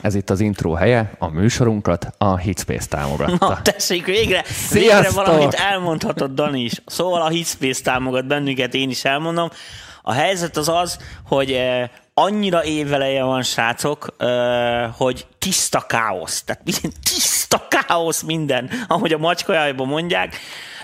Ez itt az intro helye, a műsorunkat a Hitspace támogatta. Na, tessék, végre valamit elmondhatod, Dani is. Szóval a Hitspace támogat bennünket, én is elmondom. A helyzet az, hogy annyira éveleje van, srácok, hogy tiszta káosz. Tehát tiszta káosz minden, ahogy a macskajájban mondják.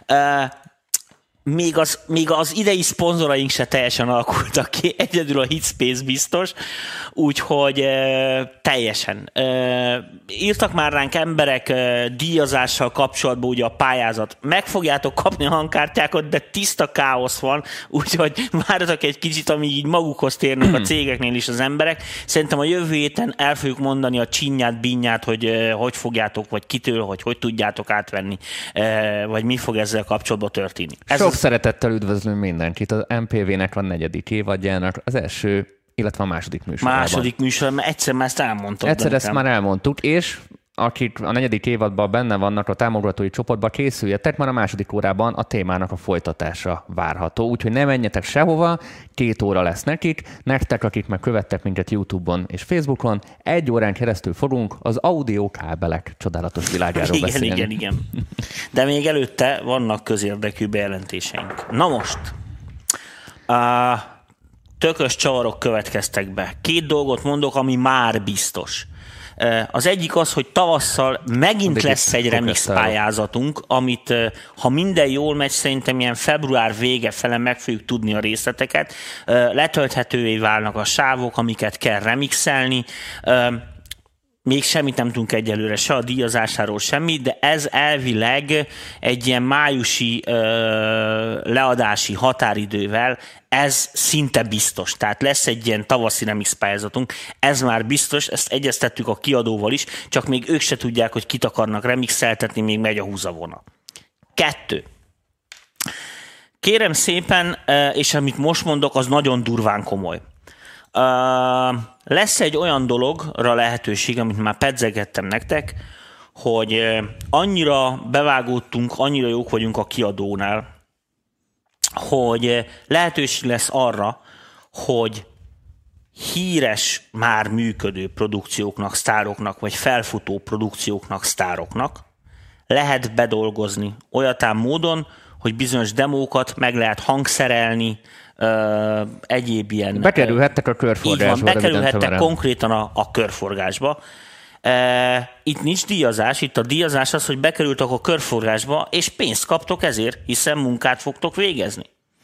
Még az idei szponzoraink se teljesen alakultak ki, egyedül a Hitspace biztos, úgyhogy teljesen. Írtak már ránk emberek díjazással kapcsolatban, ugye a pályázat. Meg fogjátok kapni a hangkártyákat, de tiszta káosz van, úgyhogy várjatok egy kicsit, amíg így magukhoz térnek a cégeknél is az emberek. Szerintem a jövő héten el fogjuk mondani a csinyát, binyát, hogy fogjátok, vagy kitől, hogy tudjátok átvenni, vagy mi fog ezzel kapcsolatban történni. Szeretettel üdvözlünk mindenkit az MPV-nek a 4. évadjának az első, illetve a második műsorában. Második műsorban, mert egyszer már ezt elmondtad. Egyszer ezt már elmondtuk, és akik a 4. évadban benne vannak a támogatói csoportban, készüljetek, már a második órában a témának a folytatása várható. Úgyhogy ne menjetek sehova, 2 óra lesz nektek, akik meg követtek minket YouTube-on és Facebookon, 1 órán keresztül fogunk az audiókábelek csodálatos világáról beszélni. Igen. De még előtte vannak közérdekű bejelentéseink. Na most, tökös csavarok következtek be. 2 dolgot mondok, ami már biztos. Az egyik az, hogy tavasszal megint lesz egy remix pályázatunk, amit ha minden jól megy, szerintem ilyen február vége fele meg fogjuk tudni a részleteket. Letölthetővé válnak a sávok, amiket kell remixelni. Még semmit nem tudunk egyelőre, se a díjazásáról semmi, de ez elvileg egy ilyen májusi leadási határidővel, ez szinte biztos. Tehát lesz egy ilyen tavaszi remix pályázatunk, ez már biztos, ezt egyeztettük a kiadóval is, csak még ők se tudják, hogy kit akarnak remixeltetni, még megy a húzavona. 2. Kérem szépen, és amit most mondok, az nagyon durván komoly. Lesz egy olyan dologra lehetőség, amit már pedzegettem nektek, hogy annyira bevágódtunk, annyira jók vagyunk a kiadónál, hogy lehetőség lesz arra, hogy híres, már működő produkcióknak, sztároknak, vagy felfutó produkcióknak, sztároknak lehet bedolgozni olyatán módon, hogy bizonyos demókat meg lehet hangszerelni, egyéb ilyen... Bekerülhettek a körforgásba. Így van, bekerülhettek konkrétan a körforgásba. Itt nincs díjazás, itt a díjazás az, hogy bekerültek a körforgásba, és pénzt kaptok ezért, hiszen munkát fogtok végezni.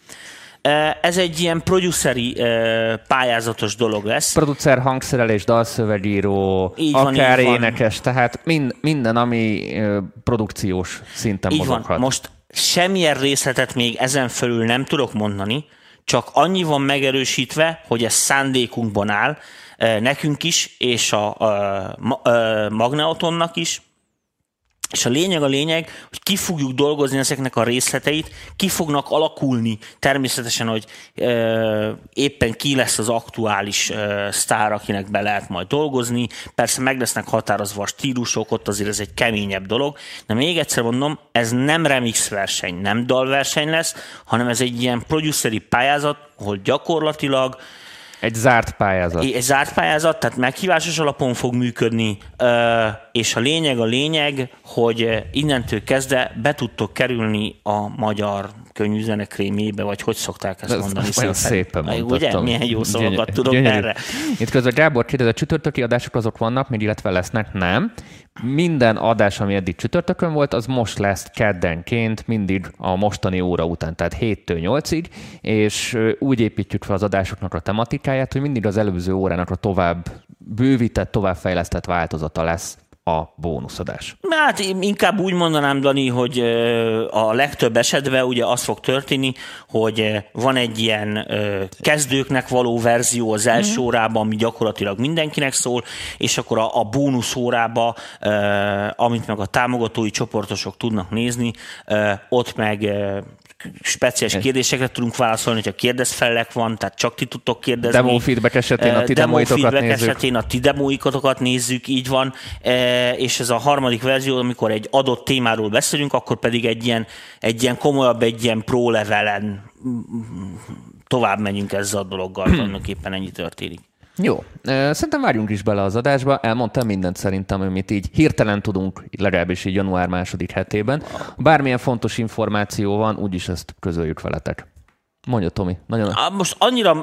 Ez egy ilyen produceri pályázatos dolog lesz. Producer, hangszerelés, dalszövegíró, akár énekes, tehát minden, ami produkciós szinten mozoghat. Van. Most semmilyen részletet még ezen fölül nem tudok mondani, csak annyi van megerősítve, hogy ez szándékunkban áll, nekünk is, és a Magneotonnak is. És a lényeg, hogy ki fogjuk dolgozni ezeknek a részleteit, ki fognak alakulni természetesen, hogy éppen ki lesz az aktuális sztár, akinek be lehet majd dolgozni. Persze meg lesznek határozva a stílusok, ott azért ez egy keményebb dolog, de még egyszer mondom, ez nem remix verseny, nem dalverseny lesz, hanem ez egy ilyen produceri pályázat, ahol gyakorlatilag egy zárt pályázat. Egy zárt pályázat, tehát meghívásos alapon fog működni, és a lényeg, hogy innentől kezdve be tudtok kerülni a magyar könnyűzene krémjébe, vagy hogy szokták ezt mondani? Olyan szépen mondtam. Ugye? Milyen jó szavakat tudok erre. Itt közben Gábor kérdez, a csütörtöki adások azok vannak, még illetve lesznek? Nem. Minden adás, ami eddig csütörtökön volt, az most lesz keddenként, mindig a mostani óra után, tehát 7-től 8-ig, és úgy építjük fel az adásoknak a tematikáját, hogy mindig az előző órának a tovább bővített, továbbfejlesztett változata lesz a bónuszadás. Hát inkább úgy mondanám, Dani, hogy a legtöbb esetben ugye az fog történni, hogy van egy ilyen kezdőknek való verzió az első órában, ami gyakorlatilag mindenkinek szól, és akkor a bónusz órába, amit meg a támogatói csoportosok tudnak nézni, ott meg speciális kérdésekre tudunk válaszolni, hogyha kérdezfelelek van, tehát csak ti tudtok kérdezni. Demo feedback esetén a ti demóitokat nézzük, így van, és ez a harmadik verzió, amikor egy adott témáról beszélünk, akkor pedig egy ilyen komolyabb, egy ilyen pro levelen tovább megyünk ezzel a dologgal, annak éppen ennyi történik. Jó, szerintem várjunk is bele az adásba. Elmondtam mindent szerintem, amit így hirtelen tudunk, legalábbis így január második hetében. Bármilyen fontos információ van, úgyis ezt közöljük veletek. Mondja, Tomi. Most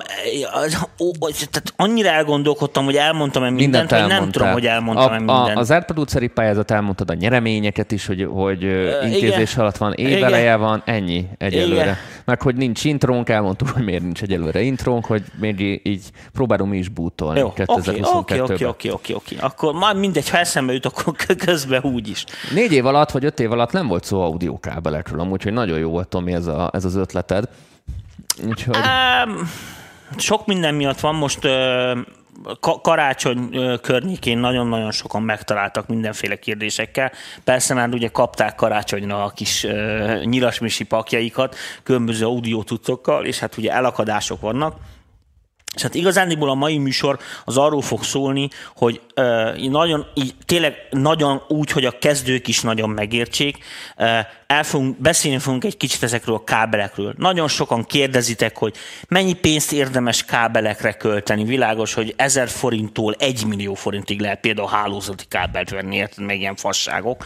annyira elgondolkodtam, hogy elmondtam-e mindent, vagy nem tudom, hogy elmondtam-e mindent. Az ártproduceri pályázat, elmondtad a nyereményeket is, hogy intézés alatt van, éveleje van, ennyi egyelőre. Igen. Meg hogy nincs intrónk, elmondtuk, hogy miért nincs egyelőre intrónk, hogy még így próbálunk mi is bútolni 2022-ben. Oké. Akkor már mindegy, ha eszembe jut, akkor közben úgy is. 4 év alatt, vagy 5 év alatt nem volt szó audiokábelekről, amúgy, hogy nagyon jó volt, Tomi, ez az ötleted. Úgyhogy... Sok minden miatt van. Most karácsony környékén nagyon-nagyon sokan megtaláltak mindenféle kérdésekkel. Persze már ugye kapták karácsonyra a kis nyilasmisi pakjaikat, különböző audio cuccokkal, és hát ugye elakadások vannak. És hát igazándiból a mai műsor az arról fog szólni, hogy tényleg nagyon úgy, hogy a kezdők is nagyon megértsék. Beszélni fogunk egy kicsit ezekről a kábelekről. Nagyon sokan kérdezitek, hogy mennyi pénzt érdemes kábelekre költeni. Világos, hogy 1000 forinttól 1 millió forintig lehet például hálózati kábelt venni, érted, meg ilyen fasságok.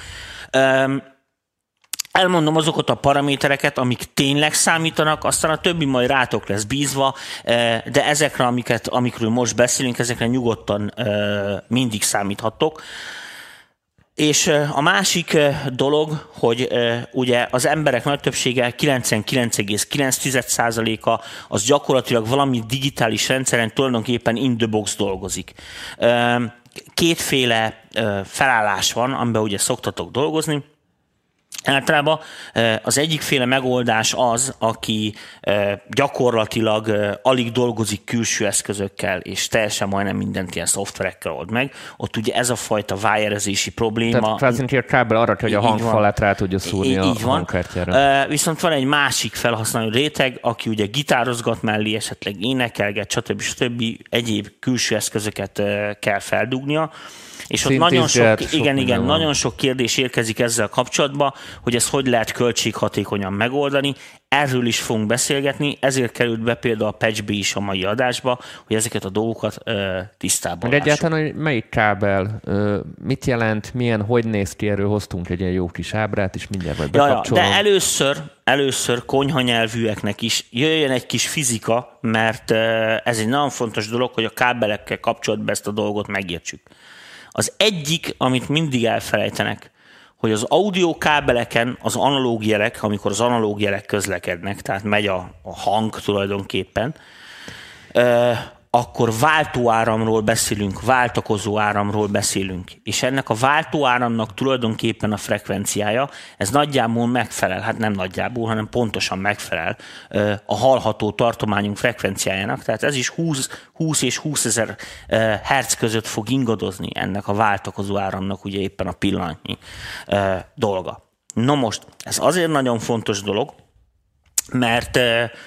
Elmondom azokat a paramétereket, amik tényleg számítanak, aztán a többi majd rátok lesz bízva, de ezekre, amikről most beszélünk, ezekre nyugodtan mindig számíthattok. És a másik dolog, hogy ugye az emberek nagy többsége 99,9%-a az gyakorlatilag valami digitális rendszeren tulajdonképpen in the box dolgozik. Kétféle felállás van, amiben ugye szoktatok dolgozni. Általában az egyikféle megoldás az, aki gyakorlatilag alig dolgozik külső eszközökkel, és teljesen majdnem mindent ilyen szoftverekkel old meg. Ott ugye ez a fajta wirezési probléma. Tehát kvázi a kábel arra, hogy a hangfalát rá tudja szúrni a hangkártyára. Viszont van egy másik felhasználó réteg, aki ugye gitározgat mellé, esetleg énekelget, stb. Egyéb külső eszközöket kell feldugnia. És ott nagyon sok kérdés érkezik ezzel kapcsolatban, hogy ezt hogy lehet költséghatékonyan megoldani. Erről is fogunk beszélgetni, ezért került be például a Patch-be is a mai adásba, hogy ezeket a dolgokat tisztában lássuk. Egyáltalán, hogy melyik kábel, mit jelent, hogy néz ki, erről hoztunk egy ilyen jó kis ábrát, és mindjárt majd bekapcsolom. De először konyhanyelvűeknek is jöjjön egy kis fizika, mert ez egy nagyon fontos dolog, hogy a kábelekkel kapcsolatban ezt a dolgot megértsük. Az egyik, amit mindig elfelejtenek, hogy az audiókábeleken az analóg jelek, amikor az analóg jelek közlekednek, tehát megy a hang tulajdonképpen, akkor váltóáramról beszélünk, váltakozó áramról beszélünk. És ennek a váltóáramnak tulajdonképpen a frekvenciája, ez nagyjából megfelel, hát nem nagyjából, hanem pontosan megfelel a hallható tartományunk frekvenciájának. Tehát ez is 20 és 20 000 hertz között fog ingadozni ennek a váltakozó áramnak ugye éppen a pillanatnyi dolga. Na most, ez azért nagyon fontos dolog, mert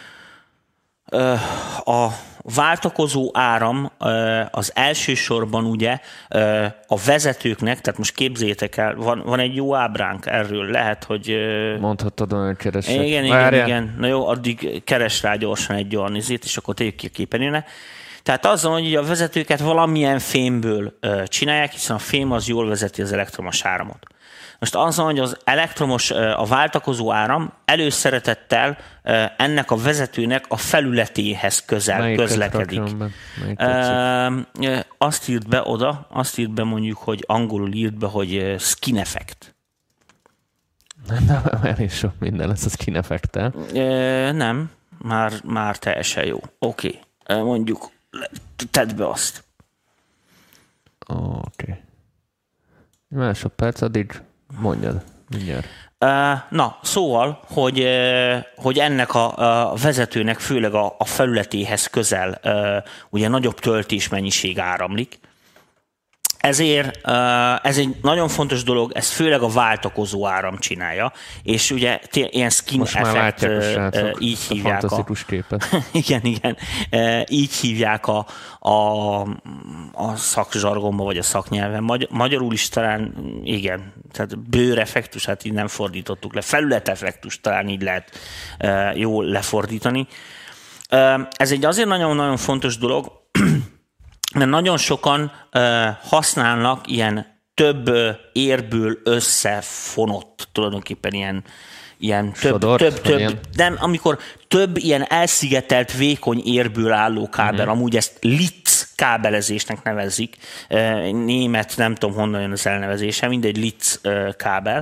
a váltakozó áram az elsősorban ugye a vezetőknek, tehát most képzeljétek el, van egy jó ábránk erről, lehet, hogy... Mondhattad, hogy keresek. Igen. Na jó, addig keres rá gyorsan egy olyan izét, és akkor tegyük ki a képernyőre. Tehát azzal, hogy a vezetőket valamilyen fémből csinálják, hiszen a fém az jól vezeti az elektromos áramot. Most azzal, hogy az elektromos, a váltakozó áram előszeretettel ennek a vezetőnek a felületéhez közlekedik. Azt írt be oda, mondjuk, hogy angolul írt be, hogy skin effect. Nem, elég sok minden lesz a skin effect-tel. Nem, már teljesen jó. Oké. Mondjuk, tedd be azt. Oké. Másodperc, addig mondjad, mindjárt. Na, szóval, hogy ennek a vezetőnek főleg a felületéhez közel ugye nagyobb töltésmennyiség áramlik. Ezért ez egy nagyon fontos dolog, ez főleg a váltakozó áram csinálja, és ugye ilyen skin effect, így hívják fantasztikus képet. Igen, így hívják a szakzsargonban, vagy a szaknyelven. Magyarul is talán, igen, tehát bőreffektus, hát így nem fordítottuk le, felületeffektus talán így lehet jól lefordítani. Ez egy azért nagyon-nagyon fontos dolog, mert nagyon sokan használnak ilyen több érből összefonott, tulajdonképpen ilyen több, nem, amikor több ilyen elszigetelt, vékony érből álló kábel, amúgy ezt Litz kábelezésnek nevezik, német, nem tudom honnan jön az elnevezése, mindegy Litz kábel,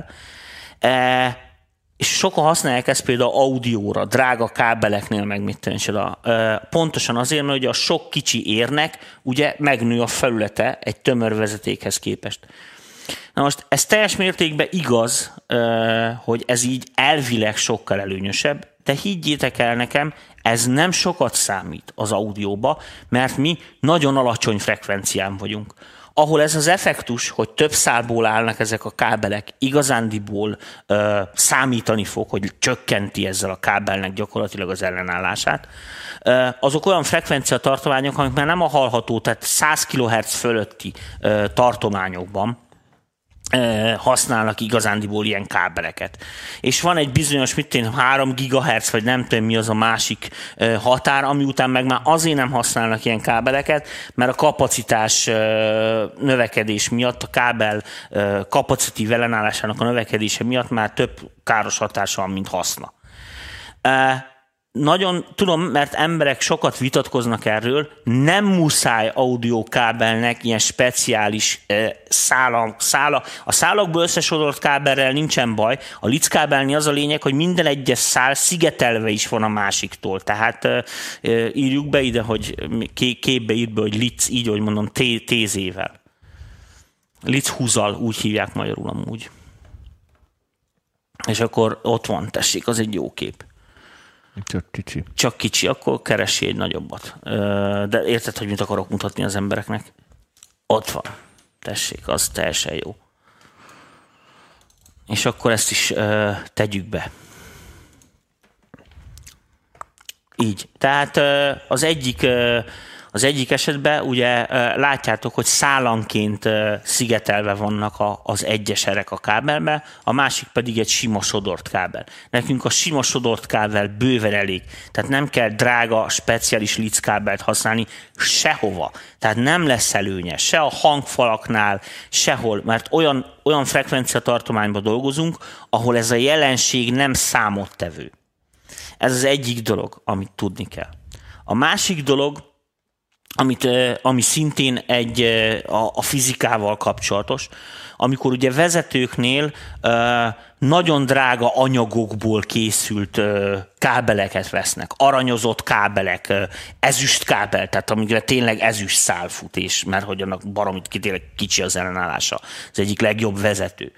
és sokan használják ezt például audióra, drága kábeleknél, meg mit tűncsoda. Pontosan azért, mert ugye a sok kicsi érnek ugye megnő a felülete egy tömör vezetékhez képest. Na most ez teljes mértékben igaz, hogy ez így elvileg sokkal előnyösebb, de higgyétek el nekem, ez nem sokat számít az audióba, mert mi nagyon alacsony frekvencián vagyunk. Ahol ez az effektus, hogy több szálból állnak ezek a kábelek, igazándiból számítani fog, hogy csökkenti ezzel a kábelnek gyakorlatilag az ellenállását, azok olyan frekvenciatartományok, amik már nem a hallható, tehát 100 kHz fölötti tartományokban használnak igazándiból ilyen kábeleket. És van egy bizonyos, 3 GHz, vagy nem tudom mi az a másik határ, ami után meg már azért nem használnak ilyen kábeleket, mert a kapacitás növekedés miatt, a kábel kapacitív ellenállásának a növekedése miatt már több káros hatása van, mint haszna. Nagyon tudom, mert emberek sokat vitatkoznak erről, nem muszáj audiokábelnek ilyen speciális szála. A szálakból összesodort kábelrel nincsen baj. A Litz kábelnél az a lényeg, hogy minden egyes szál szigetelve is van a másiktól. Tehát írjuk be ide, hogy képbe írd be, hogy Litz, így, hogy mondom, TZ-vel. Litz húzal, úgy hívják magyarul amúgy. És akkor ott van, tessék, az egy jó kép. Csak kicsi, akkor keresi egy nagyobbat. De érted, hogy mit akarok mutatni az embereknek? Ott van. Tessék, az teljesen jó. És akkor ezt is tegyük be. Így. Tehát az egyik esetben ugye látjátok, hogy szálanként szigetelve vannak az egyes erek a kábelbe, a másik pedig egy sima sodort kábel. Nekünk a sima sodort kábel bőven elég, tehát nem kell drága, speciális Litz kábelt használni sehova. Tehát nem lesz előnye, se a hangfalaknál, sehol, mert olyan frekvenciatartományban dolgozunk, ahol ez a jelenség nem számottevő. Ez az egyik dolog, amit tudni kell. A másik dolog, ami szintén a fizikával kapcsolatos, amikor ugye vezetőknél nagyon drága anyagokból készült kábeleket vesznek, aranyozott kábelek, ezüst kábel, tehát amikre tényleg ezüst szál fut, és mert hogy annak baromit tényleg kicsi az ellenállása, az egyik legjobb vezető.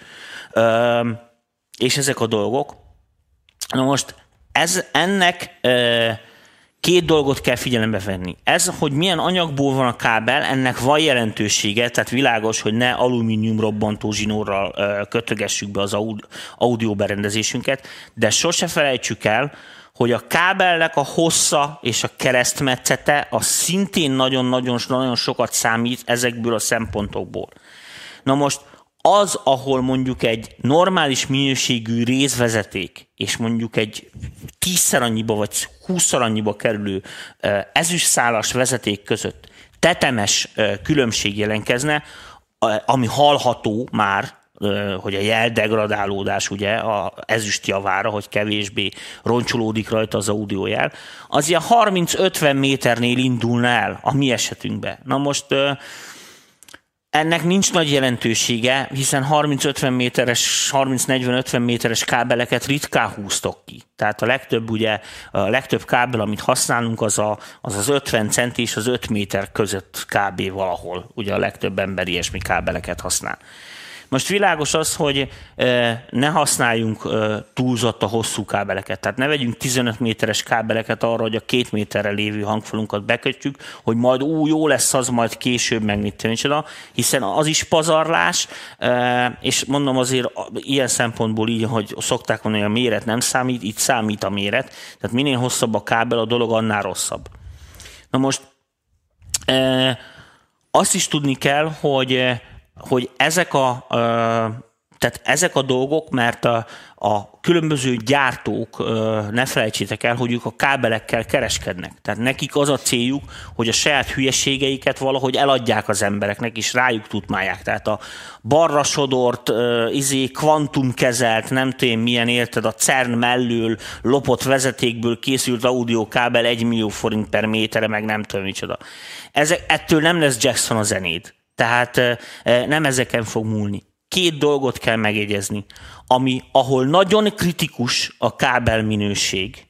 És ezek a dolgok. Na most ennek két dolgot kell figyelembe venni. Ez, hogy milyen anyagból van a kábel, ennek van jelentősége, tehát világos, hogy ne alumínium robbantó zsinórral kötögessük be az audioberendezésünket, de sose felejtsük el, hogy a kábelnek a hossza és a keresztmetszete az szintén nagyon-nagyon sokat számít ezekből a szempontokból. Na most az, ahol mondjuk egy normális minőségű részvezeték, és mondjuk egy 10-szer annyiba vagy 20-szor annyiba kerülő ezüstszálas vezeték között tetemes különbség jelenkezne, ami hallható már, hogy a jeldegradálódás ugye az ezüst javára, hogy kevésbé roncsolódik rajta az audiójel, az ilyen 30-50 méternél indulna el a mi esetünkben. Na most ennek nincs nagy jelentősége, hiszen 30-50 méteres, 30-40-50 méteres kábeleket ritkán húztok ki. Tehát a legtöbb kábel, amit használunk, az 50 centi és az 5 méter között kb. Valahol. Ugye a legtöbb ember ilyesmi kábeleket használ. Most világos az, hogy ne használjunk túlzott a hosszú kábeleket. Tehát ne vegyünk 15 méteres kábeleket arra, hogy a 2 méterre lévő hangfalunkat bekötjük, hogy majd jó lesz az majd később, meg mit tűncsoda, hiszen az is pazarlás, és mondom azért ilyen szempontból így, hogy szokták mondani, hogy a méret nem számít, itt számít a méret. Tehát minél hosszabb a kábel, a dolog annál rosszabb. Na most azt is tudni kell, hogy ezek a Tehát ezek a dolgok, mert a különböző gyártók, ne felejtsétek el, hogy ők a kábelekkel kereskednek. Tehát nekik az a céljuk, hogy a saját hülyeségeiket valahogy eladják az embereknek, és rájuk tutmálják. Tehát a balra sodort, kvantumkezelt, nem tudom milyen, érted, a CERN mellől lopott vezetékből készült audiokábel 1 millió forint per méterre, meg nem tudom micsoda. Ettől nem lesz Jackson a zenéd. Tehát nem ezeken fog múlni. 2 dolgot kell megjegyezni, ahol nagyon kritikus a kábelminőség,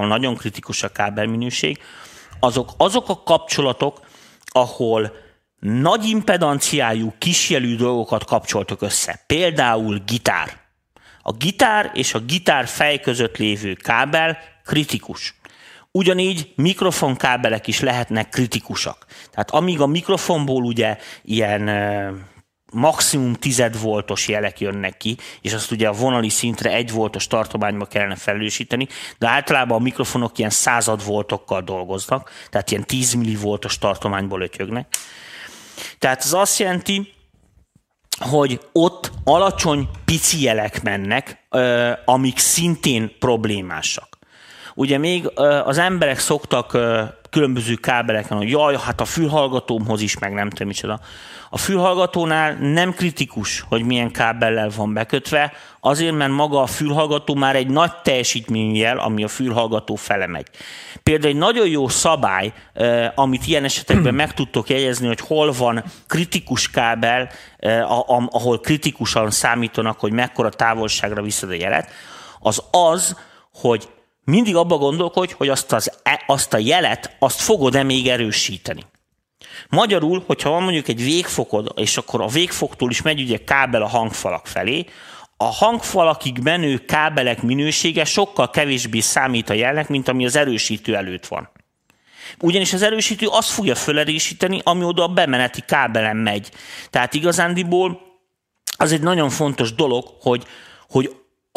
azok a kapcsolatok, ahol nagy impedanciájú, kisjelű dolgokat kapcsoltok össze. Például gitár. A gitár és a gitár fej között lévő kábel kritikus. Ugyanígy mikrofonkábelek is lehetnek kritikusak. Tehát amíg a mikrofonból ugye ilyen maximum 10 voltos jelek jönnek ki, és azt ugye a vonali szintre 1 voltos tartományba kellene felősíteni, de általában a mikrofonok ilyen 100 voltokkal dolgoznak, tehát ilyen 10 millivoltos tartományból ötyögnek. Tehát az azt jelenti, hogy ott alacsony pici jelek mennek, amik szintén problémásak. Ugye még az emberek szoktak különböző kábeleken, hogy jaj, hát a fülhallgatómhoz is, meg nem tudom micsoda. A fülhallgatónál nem kritikus, hogy milyen kábellel van bekötve, azért, mert maga a fülhallgató már egy nagy teljesítményjel, ami a fülhallgató fele megy. Például egy nagyon jó szabály, amit ilyen esetekben meg tudtok jegyezni, hogy hol van kritikus kábel, ahol kritikusan számítanak, hogy mekkora távolságra viszed a jelet, az, hogy mindig abba gondolkodj, hogy azt a jelet, azt fogod-e még erősíteni. Magyarul, hogyha van mondjuk egy végfokod, és akkor a végfoktól is megy ugye kábel a hangfalak felé, a hangfalakig menő kábelek minősége sokkal kevésbé számít a jelnek, mint ami az erősítő előtt van. Ugyanis az erősítő azt fogja felerősíteni, ami oda a bemeneti kábelen megy. Tehát igazándiból az egy nagyon fontos dolog, hogy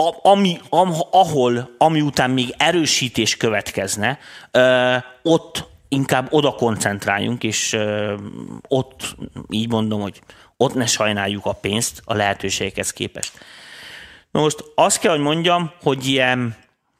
ami után még erősítés következne, ott inkább oda koncentráljunk, és ott így mondom, hogy ott ne sajnáljuk a pénzt a lehetőségekhez képest. Na most azt kell, hogy mondjam, hogy ilyen,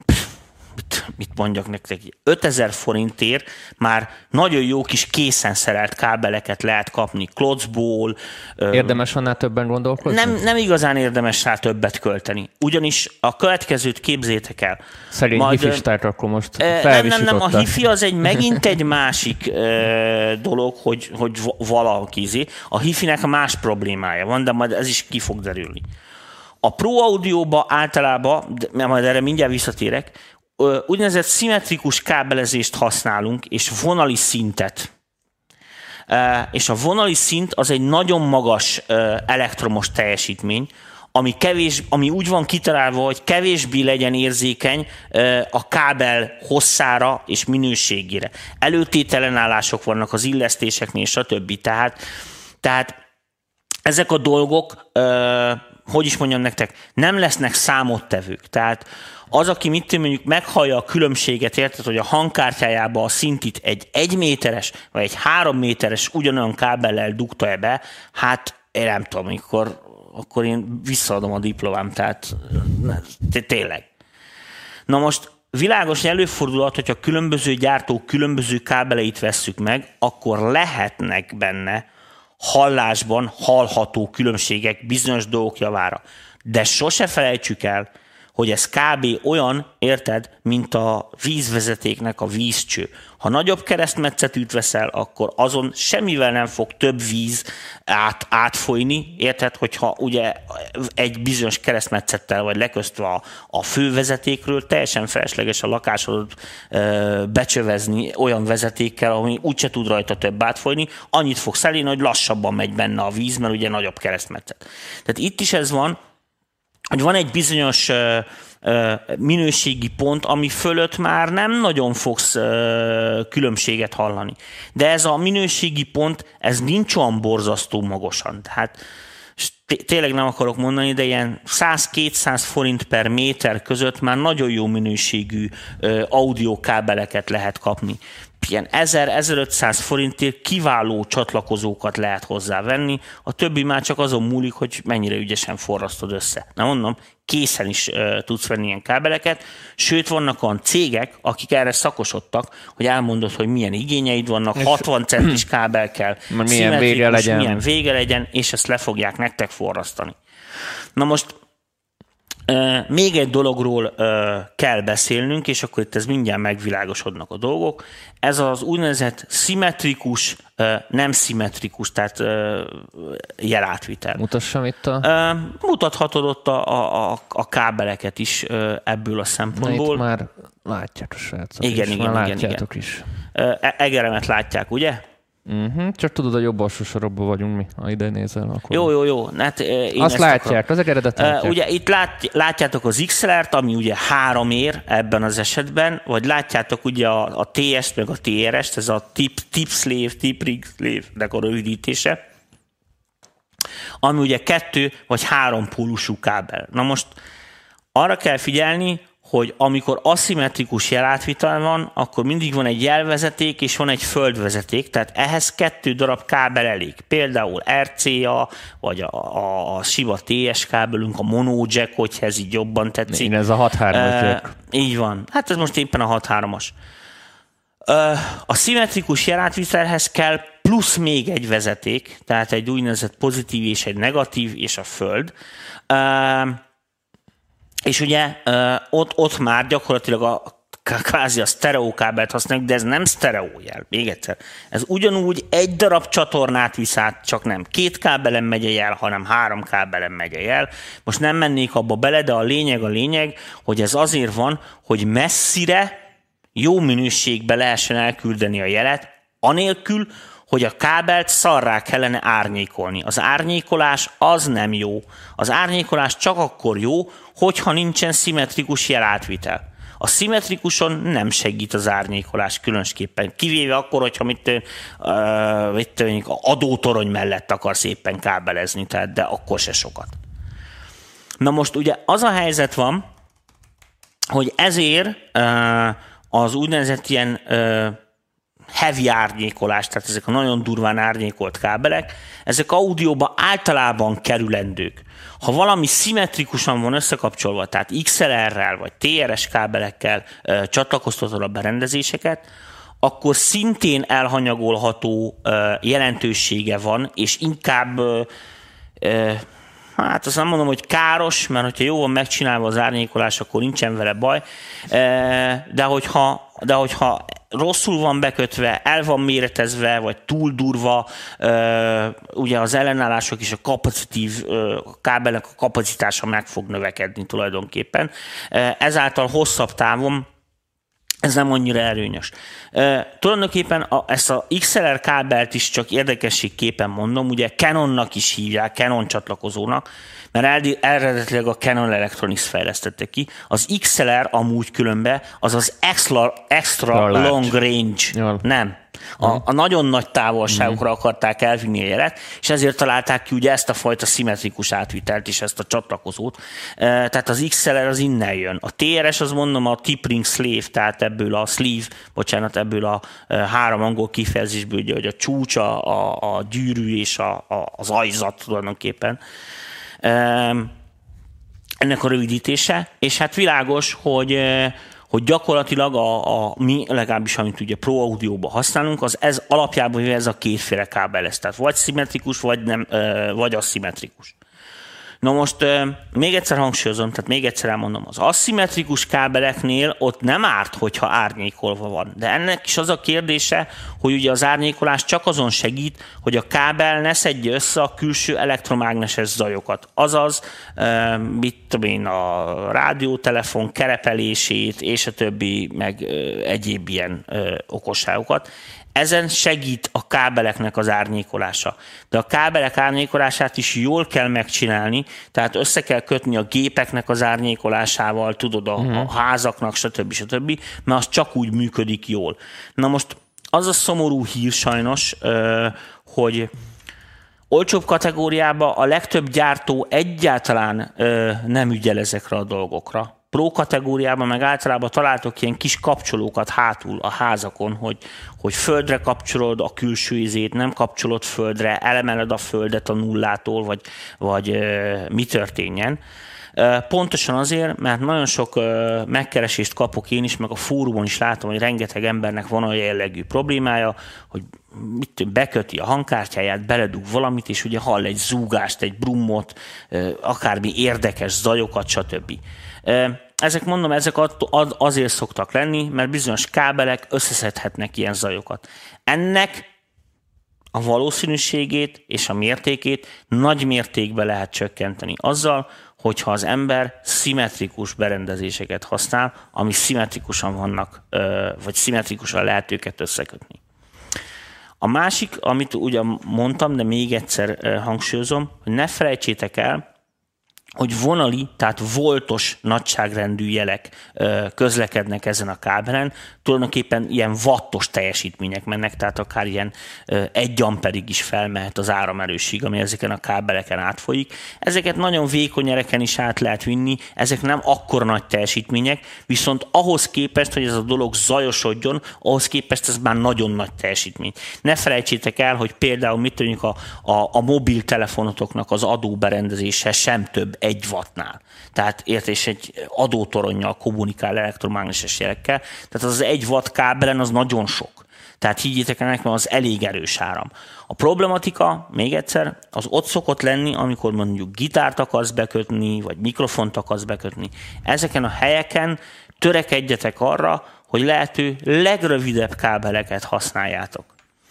mit mondjak nektek, 5000 forintért már nagyon jó kis készen szerelt kábeleket lehet kapni klocból. Érdemes annál többen gondolkozni? Nem igazán érdemes rá többet költeni. Ugyanis a következőt képzétek el. Szerint hifistárt akkor most felvisította. Nem, a hifi az megint egy másik dolog, hogy valaki. A hifinek más problémája van, de majd ez is ki fog derülni. A Pro Audio-ba általában, majd erre mindjárt visszatérek, úgynevezett szimmetrikus kábelezést használunk, és vonali szintet. És a vonali szint az egy nagyon magas elektromos teljesítmény, ami úgy van kitalálva, hogy kevésbé legyen érzékeny a kábel hosszára és minőségére. Előtételenállások vannak az illesztéseknél, stb. Tehát ezek a dolgok, hogy is mondjam nektek, nem lesznek számottevők. Tehát az, aki mondjuk meghallja a különbséget, érted, hogy a hangkártyájába a szintit egy 1 méteres vagy egy 3 méteres ugyanolyan kábellel dugta be, hát én nem tudom, akkor én visszaadom a diplomám, tehát tényleg. Na most világos előfordulhat, hogyha különböző gyártók különböző kábeleit vesszük meg, akkor lehetnek benne hallásban hallható különbségek bizonyos dolgok javára. De sose felejtsük el, hogy ez kb. Olyan, érted, mint a vízvezetéknek a vízcső. Ha nagyobb keresztmetszetűt veszel, akkor azon semmivel nem fog több víz átfolyni, érted, hogyha ugye egy bizonyos keresztmetszettel vagy leköztve a fővezetékről, teljesen felesleges a lakásodat becsövezni olyan vezetékkel, ami úgyse tud rajta több átfolyni, annyit fog szelni, hogy lassabban megy benne a víz, mert ugye nagyobb keresztmetszet. Tehát itt is ez van, hogy van egy bizonyos minőségi pont, ami fölött már nem nagyon fogsz különbséget hallani. De ez a minőségi pont, ez nincs olyan borzasztó magasan. Tehát tényleg nem akarok mondani, de ilyen 100-200 forint per méter között már nagyon jó minőségű audiokábeleket lehet kapni. ilyen 1000-1500 forintért kiváló csatlakozókat lehet hozzávenni, a többi már csak azon múlik, hogy mennyire ügyesen forrasztod össze. Na mondom, készen is tudsz venni ilyen kábeleket, sőt vannak olyan cégek, akik erre szakosodtak, hogy elmondod, hogy milyen igényeid vannak, 60 centis kábel kell, milyen vége legyen, és ezt le fogják nektek forrasztani. Na most még egy dologról kell beszélnünk, és akkor itt ez mindjárt megvilágosodnak a dolgok. Ez az úgynevezett szimmetrikus, nem szimmetrikus, tehát jelátvitel. Mutassam itt mutathatod ott a kábeleket is ebből a szempontból. Na, itt már látják a srácok igen, látjátok is. Egeremet látják, ugye? Csak tudod, a jobb alsó sorokban vagyunk mi, ha ide nézel. Akkor jó. Hát én azt látják, az egeredet látják. Ugye itt látjátok az XLR-t, ami ugye 3 ér ebben az esetben, vagy látjátok ugye a TS-t, meg a TRS-t, ez a tip ring slave-nek a rövidítése, ami ugye 2 vagy 3 pólusú kábel. Na most arra kell figyelni, hogy amikor aszimmetrikus jelátvitel van, akkor mindig van egy jelvezeték és van egy földvezeték, tehát ehhez 2 darab kábel elég. Például RCA, vagy a sima TS kábelünk, a mono jack, hogyha ez így jobban tetszik. Igen, ez a 6.3-as jack. Így van. Hát ez most éppen a 6.3-as. A szimmetrikus jelátvitelhez kell plusz még egy vezeték, tehát egy úgynevezett pozitív és egy negatív, és a föld. És ugye ott már gyakorlatilag kvázi a sztereókábelt használjuk, de ez nem sztereójel. Még egyszer. Ez ugyanúgy egy darab csatornát visz át, csak nem 2 kábelen megy a jel, hanem 3 kábelen megy a jel. Most nem mennék abba bele, de a lényeg, hogy ez azért van, hogy messzire, jó minőségbe lehessen elküldeni a jelet, anélkül, hogy a kábelt szarrá kellene árnyékolni. Az árnyékolás az nem jó. Az árnyékolás csak akkor jó, hogyha nincsen szimmetrikus jelátvitel. A szimmetrikuson nem segít az árnyékolás különösképpen, kivéve akkor, hogyha adótorony mellett akarsz éppen kábelezni, tehát, de akkor se sokat. Na most ugye az a helyzet van, hogy ezért az úgynevezett ilyen heavy árnyékolás, tehát ezek a nagyon durván árnyékolt kábelek, ezek audióba általában kerülendők. Ha valami szimmetrikusan van összekapcsolva, tehát XLR-rel vagy TRS kábelekkel csatlakoztatod a berendezéseket, akkor szintén elhanyagolható jelentősége van, és inkább, hát azt nem mondom, hogy káros, mert hogyha jó van megcsinálva az árnyékolás, akkor nincsen vele baj, de hogyha rosszul van bekötve, el van méretezve, vagy túl durva, ugye az ellenállások és a kapacitív kábelnek a kapacitása meg fog növekedni tulajdonképpen. Ezáltal hosszabb távon ez nem annyira erőnyös. Tulajdonképpen ezt a XLR kábelt is csak érdekességképpen mondom, ugye Canonnak is hívják, Canon csatlakozónak, mert eredetileg a Canon Electronics fejlesztette ki. Az XLR amúgy különben az extra long range. Jól. Nem. A nagyon nagy távolságokra akarták elvinni a jelet, és ezért találták ki ugye ezt a fajta szimmetrikus átvitelt és ezt a csatlakozót. Tehát az XLR az innen jön. A TRS az mondom a tip ring slave, tehát ebből a 3 angol kifejezésből, ugye, hogy a csúcs, a gyűrű és az ajzat tulajdonképpen. Ennek a rövidítése, és hát világos, hogy gyakorlatilag mi legalábbis, amit ugye Pro Audio-ban használunk, ez alapjában ez a kétféle kábel lesz. Tehát vagy szimmetrikus, vagy aszimmetrikus. Na most még egyszer hangsúlyozom, tehát még egyszer elmondom, az aszimmetrikus kábeleknél ott nem árt, hogyha árnyékolva van. De ennek is az a kérdése, hogy ugye az árnyékolás csak azon segít, hogy a kábel ne szedje össze a külső elektromágneses zajokat. Azaz, mit tudom én, a rádiótelefon kerepelését és a többi, meg egyéb ilyen okosságokat. Ezen segít a kábeleknek az árnyékolása. De a kábelek árnyékolását is jól kell megcsinálni, tehát össze kell kötni a gépeknek az árnyékolásával, tudod, a házaknak, stb. Mert az csak úgy működik jól. Na most az a szomorú hír sajnos, hogy olcsóbb kategóriában a legtöbb gyártó egyáltalán nem ügyel ezekre a dolgokra. Pro kategóriában meg általában találtok ilyen kis kapcsolókat hátul a házakon, hogy földre kapcsolod a külső izét, nem kapcsolod földre, elemeled a földet a nullától, vagy mi történjen. Pontosan azért, mert nagyon sok megkeresést kapok én is, meg a fórumon is látom, hogy rengeteg embernek van olyan jellegű problémája, hogy beköti a hangkártyáját, beledug valamit, és ugye hall egy zúgást, egy brummot, akármi érdekes zajokat, stb. Ezek azért szoktak lenni, mert bizonyos kábelek összeszedhetnek ilyen zajokat. Ennek a valószínűségét és a mértékét nagy mértékben lehet csökkenteni azzal, hogyha az ember szimmetrikus berendezéseket használ, ami szimmetrikusan vannak, vagy szimmetrikusan lehet őket összekötni. A másik, amit ugye mondtam, de még egyszer hangsúlyozom, hogy ne felejtsétek el, hogy vonali, tehát voltos nagyságrendű jelek közlekednek ezen a kábelen, tulajdonképpen ilyen wattos teljesítmények mennek, tehát akár ilyen 1 amperig is felmehet az áramerősség, ami ezeken a kábeleken átfolyik. Ezeket nagyon vékony ereken is át lehet vinni, ezek nem akkora nagy teljesítmények, viszont ahhoz képest, hogy ez a dolog zajosodjon, ahhoz képest ez már nagyon nagy teljesítmény. Ne felejtsétek el, hogy például mit tudjuk a mobiltelefonotoknak az adóberendezése sem több 1 wattnál. Tehát és egy adótoronnyal kommunikál elektromágneses jelekkel. Tehát az 1 watt kábelen az nagyon sok. Tehát higgyétek el nekem, az elég erős áram. A problematika, még egyszer, az ott szokott lenni, amikor mondjuk gitárt akarsz bekötni, vagy mikrofont akarsz bekötni. Ezeken a helyeken törekedjetek arra, hogy lehető legrövidebb kábeleket használjátok.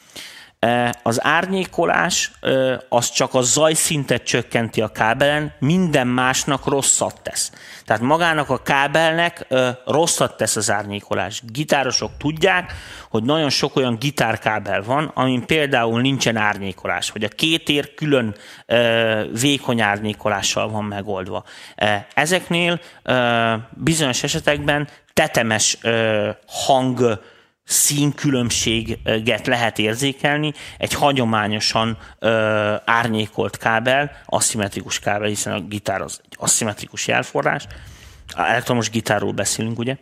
Az árnyékolás az csak a zajszintet csökkenti a kábelen, minden másnak rosszat tesz. Tehát magának a kábelnek rosszat tesz az árnyékolás. Gitárosok tudják, hogy nagyon sok olyan gitárkábel van, amin például nincsen árnyékolás, vagy a 2 ér külön vékony árnyékolással van megoldva. Ezeknél bizonyos esetekben tetemes hang színkülönbséget lehet érzékelni egy hagyományosan árnyékolt kábel, aszimmetrikus kábel, hiszen a gitár az egy aszimmetrikus jelforrás. Elektromos gitárról beszélünk, ugye?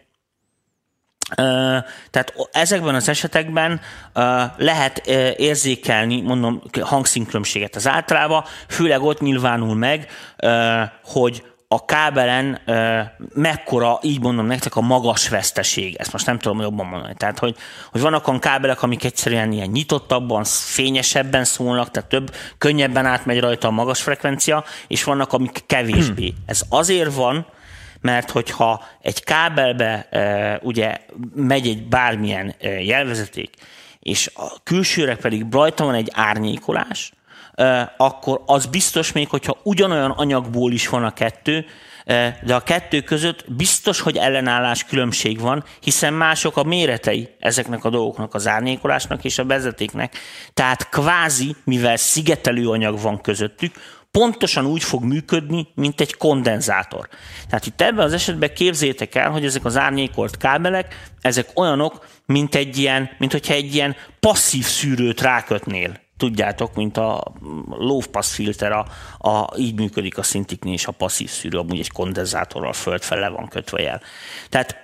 Tehát ezekben az esetekben lehet érzékelni, mondom, hangszínkülönbséget az általában, főleg ott nyilvánul meg, hogy a kábelen mekkora, így mondom nektek, a magas veszteség. Ezt most nem tudom jobban mondani. Tehát, hogy vannak olyan kábelek, amik egyszerűen ilyen nyitottabban, fényesebben szólnak, tehát könnyebben átmegy rajta a magas frekvencia, és vannak, amik kevésbé. Ez azért van, mert hogyha egy kábelbe ugye megy egy bármilyen jelvezeték, és a külsőre pedig rajta van egy árnyékolás, akkor az biztos még, hogyha ugyanolyan anyagból is van a kettő, de a kettő között biztos, hogy ellenállás különbség van, hiszen mások a méretei ezeknek a dolgoknak, az árnyékolásnak és a vezetéknek. Tehát kvázi, mivel szigetelő anyag van közöttük, pontosan úgy fog működni, mint egy kondenzátor. Tehát itt ebben az esetben képzeljétek el, hogy ezek az árnyékolt kábelek, ezek olyanok, mint hogyha egy ilyen passzív szűrőt rákötnél. Tudjátok, mint a low pass filter, így működik a szintiknél is a passzív szűrő, amúgy egy kondenzátorral földfele van kötve jel. Tehát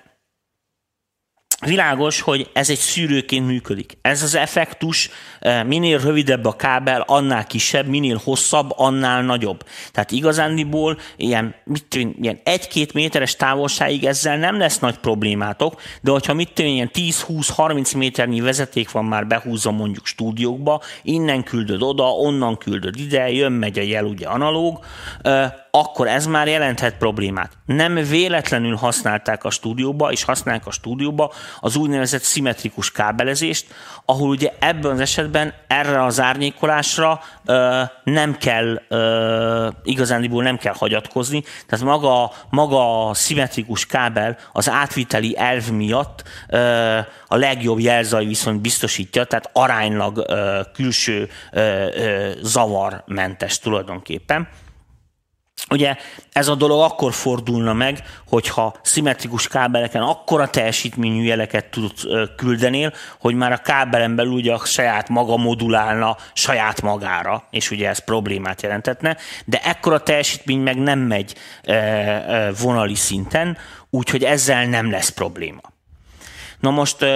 világos, hogy ez egy szűrőként működik. Ez az effektus, minél rövidebb a kábel, annál kisebb, minél hosszabb, annál nagyobb. Tehát igazándiból ilyen 1-2 méteres távolságig ezzel nem lesz nagy problémátok, de hogyha ilyen 10-20-30 méternyi vezeték van már behúzva mondjuk stúdiókba, innen küldöd oda, onnan küldöd ide, jön-megy a jel ugye analóg, akkor ez már jelenthet problémát. Nem véletlenül használták a stúdióba, és használják a stúdióba az úgynevezett szimmetrikus kábelezést, ahol ugye ebben az esetben erre az árnyékolásra nem kell, igazándiból nem kell hagyatkozni, tehát maga a szimmetrikus kábel az átviteli elv miatt a legjobb jelzaj viszont biztosítja, tehát aránylag külső zavarmentes tulajdonképpen. ugye ez a dolog akkor fordulna meg, hogyha szimmetrikus kábeleken akkora teljesítményű jeleket tudsz küldenél, hogy már a kábelen belül ugye a saját maga modulálna saját magára, és ugye ez problémát jelentetne, de ekkora teljesítmény meg nem megy vonali szinten, úgyhogy ezzel nem lesz probléma. Na most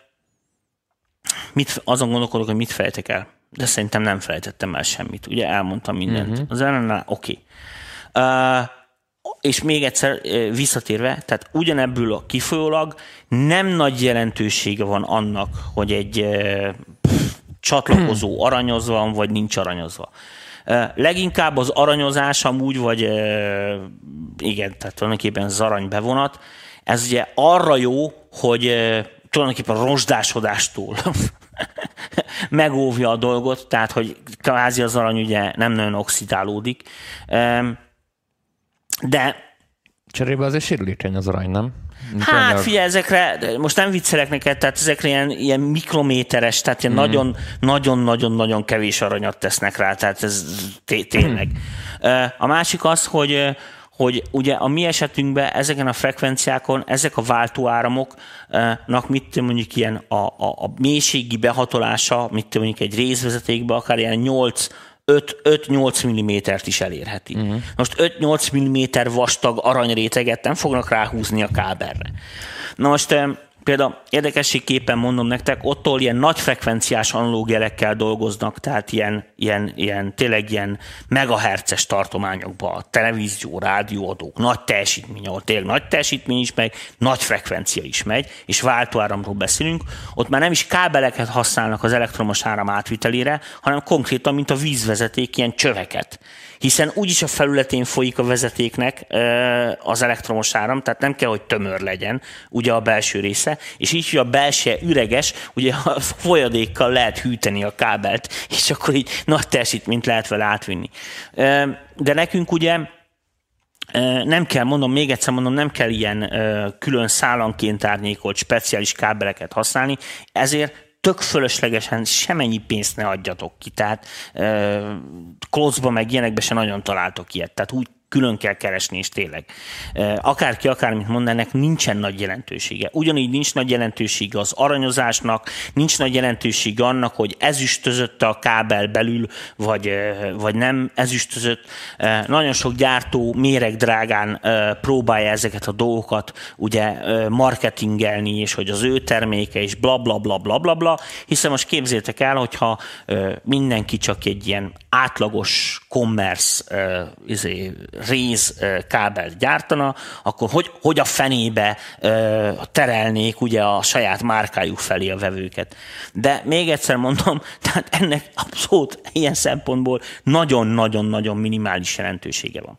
azon gondolkodok, hogy mit felejtek el, de szerintem nem felejtettem el semmit. Ugye elmondtam mindent. Az ellenál oké. És még egyszer visszatérve, tehát ugyanebből a kifolyólag nem nagy jelentősége van annak, hogy egy csatlakozó aranyoz van, vagy nincs aranyozva. Leginkább az aranyozás amúgy, vagy igen, tehát tulajdonképpen az arany bevonat, ez ugye arra jó, hogy tulajdonképpen rozsdásodástól megóvja a dolgot, tehát hogy kvázi az arany ugye nem nagyon oxidálódik, de cserébe azért sérülékeny az arany, nem? Hát figyelj, ezekre, most nem viccelek neked, tehát ezekre ilyen mikrométeres, tehát ilyen nagyon-nagyon kevés aranyat tesznek rá, tehát ez tényleg. A másik az, hogy ugye a mi esetünkben ezeken a frekvenciákon ezek a váltóáramoknak mondjuk ilyen a mélységi behatolása, mondjuk egy részvezetékbe akár ilyen 5-8 mm-t is elérheti. Most 5-8 mm vastag aranyréteget nem fognak ráhúzni a kábelre. Na most például érdekességképpen mondom nektek, ottól ilyen nagy frekvenciás analóg jelekkel dolgoznak, tehát tényleg ilyen megahertzes tartományokban, a televízió, rádióadók, nagy teljesítmény, ahol tényleg nagy teljesítmény is megy, nagy frekvencia is megy, és váltóáramról beszélünk, ott már nem is kábeleket használnak az elektromos áram átvitelére, hanem konkrétan, mint a vízvezeték, ilyen csöveket. Hiszen úgyis a felületén folyik a vezetéknek az elektromos áram, tehát nem kell, hogy tömör legyen ugye a belső része, és így, hogy a belseje üreges, ugye a folyadékkal lehet hűteni a kábelt, és akkor így nagy teljesítményt lehet vele átvinni. De nekünk ugye nem kell, még egyszer mondom, nem kell ilyen külön szálanként árnyékolt speciális kábeleket használni, ezért tök fölöslegesen semennyi pénzt ne adjatok ki, tehát klócba meg ilyenekbe se nagyon találtok ilyet, tehát úgy külön kell keresni, és tényleg. Akárki akármit mond, ennek nincsen nagy jelentősége. Ugyanígy nincs nagy jelentősége az aranyozásnak, nincs nagy jelentősége annak, hogy ezüstözött a kábel belül, vagy nem ezüstözött. Nagyon sok gyártó méregdrágán próbálja ezeket a dolgokat ugye marketingelni, és hogy az ő terméke, és bla bla bla bla bla bla, hiszen most képzeljétek el, hogyha mindenki csak egy ilyen átlagos commerce réz kábelt gyártana, akkor hogy a fenébe terelnék ugye a saját márkájuk felé a vevőket. De még egyszer mondom, tehát ennek abszolút ilyen szempontból nagyon-nagyon-nagyon minimális jelentősége van.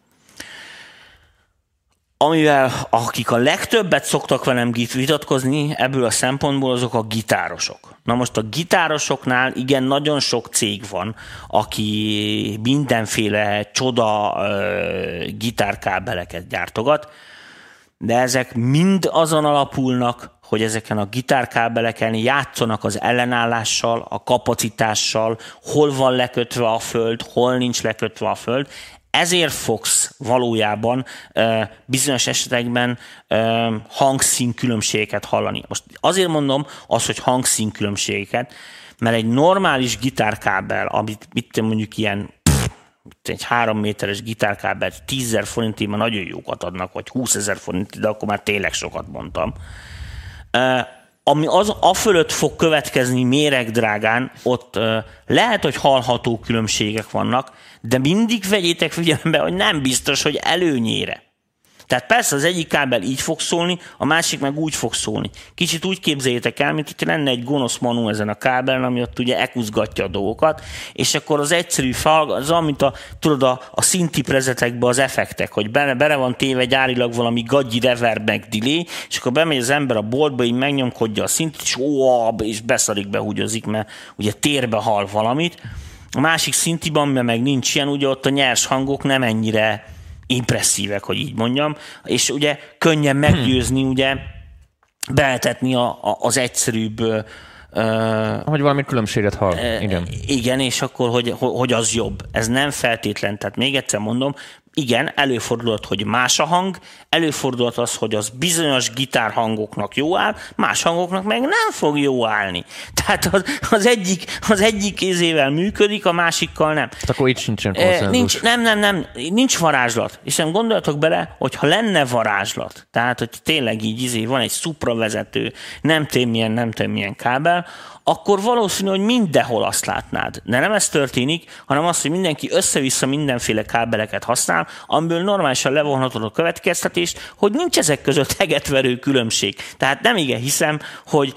Amivel akik a legtöbbet szoktak velem vitatkozni ebből a szempontból, azok a gitárosok. Na most a gitárosoknál igen, nagyon sok cég van, aki mindenféle csoda gitárkábeleket gyártogat, de ezek mind azon alapulnak, hogy ezeken a gitárkábeleken játszanak az ellenállással, a kapacitásszel, hol van lekötve a föld, hol nincs lekötve a föld. Ezért fogsz valójában bizonyos esetekben hangszín különbségeket hallani. Most azért mondom azt, hogy hangszín különbségeket, mert egy normális gitárkábel, amit mondjuk ilyen egy 3 méteres gitárkábel 10 000 forintért már nagyon jókat adnak, vagy 20 000 forintért, de akkor már tényleg sokat mondtam. Ami a fölött fog következni méregdrágán, ott lehet, hogy hallható különbségek vannak, de mindig vegyétek figyelembe, hogy nem biztos, hogy előnyére. Tehát persze az egyik kábel így fog szólni, a másik meg úgy fog szólni. Kicsit úgy képzeljétek el, mint hogyha lenne egy gonosz manú ezen a kábelen, ami ott ugye ekuzgatja a dolgokat, és akkor az egyszerű fal, az mint a szintiprezetekben az effektek, hogy bele van téve gyárilag valami gagyi reverb meg delay, és akkor bemegy az ember a boltba, így megnyomkodja a szintet, és beszarik, behúgyozik, mert ugye térbe hall valamit. A másik szintiban, mert meg nincs ilyen, ugye ott a nyers hangok nem ennyire impresszívek, hogy így mondjam, és ugye könnyen meggyőzni, ugye behetetni az egyszerűbb... hogy valami különbséget hall. Igen. Igen, és akkor, hogy az jobb. Ez nem feltétlen. Tehát még egyszer mondom, igen, előfordulhat, hogy más a hang, előfordulhat az, hogy az bizonyos gitárhangoknak jó áll, más hangoknak meg nem fog jó állni. Tehát az egyik kézével működik, a másikkal nem. Akkor itt sincsen konszenzus. Nincs varázslat. És nem gondoljatok bele, hogyha lenne varázslat, tehát hogy tényleg így van egy szupravezető, nem tudom milyen kábel, akkor valószínű, hogy mindenhol azt látnád. De nem ez történik, hanem az, hogy mindenki össze-vissza mindenféle kábeleket használ, amiből normálisan levonhatod a következtetést, hogy nincs ezek között hegetverő különbség. Tehát nem igen hiszem, hogy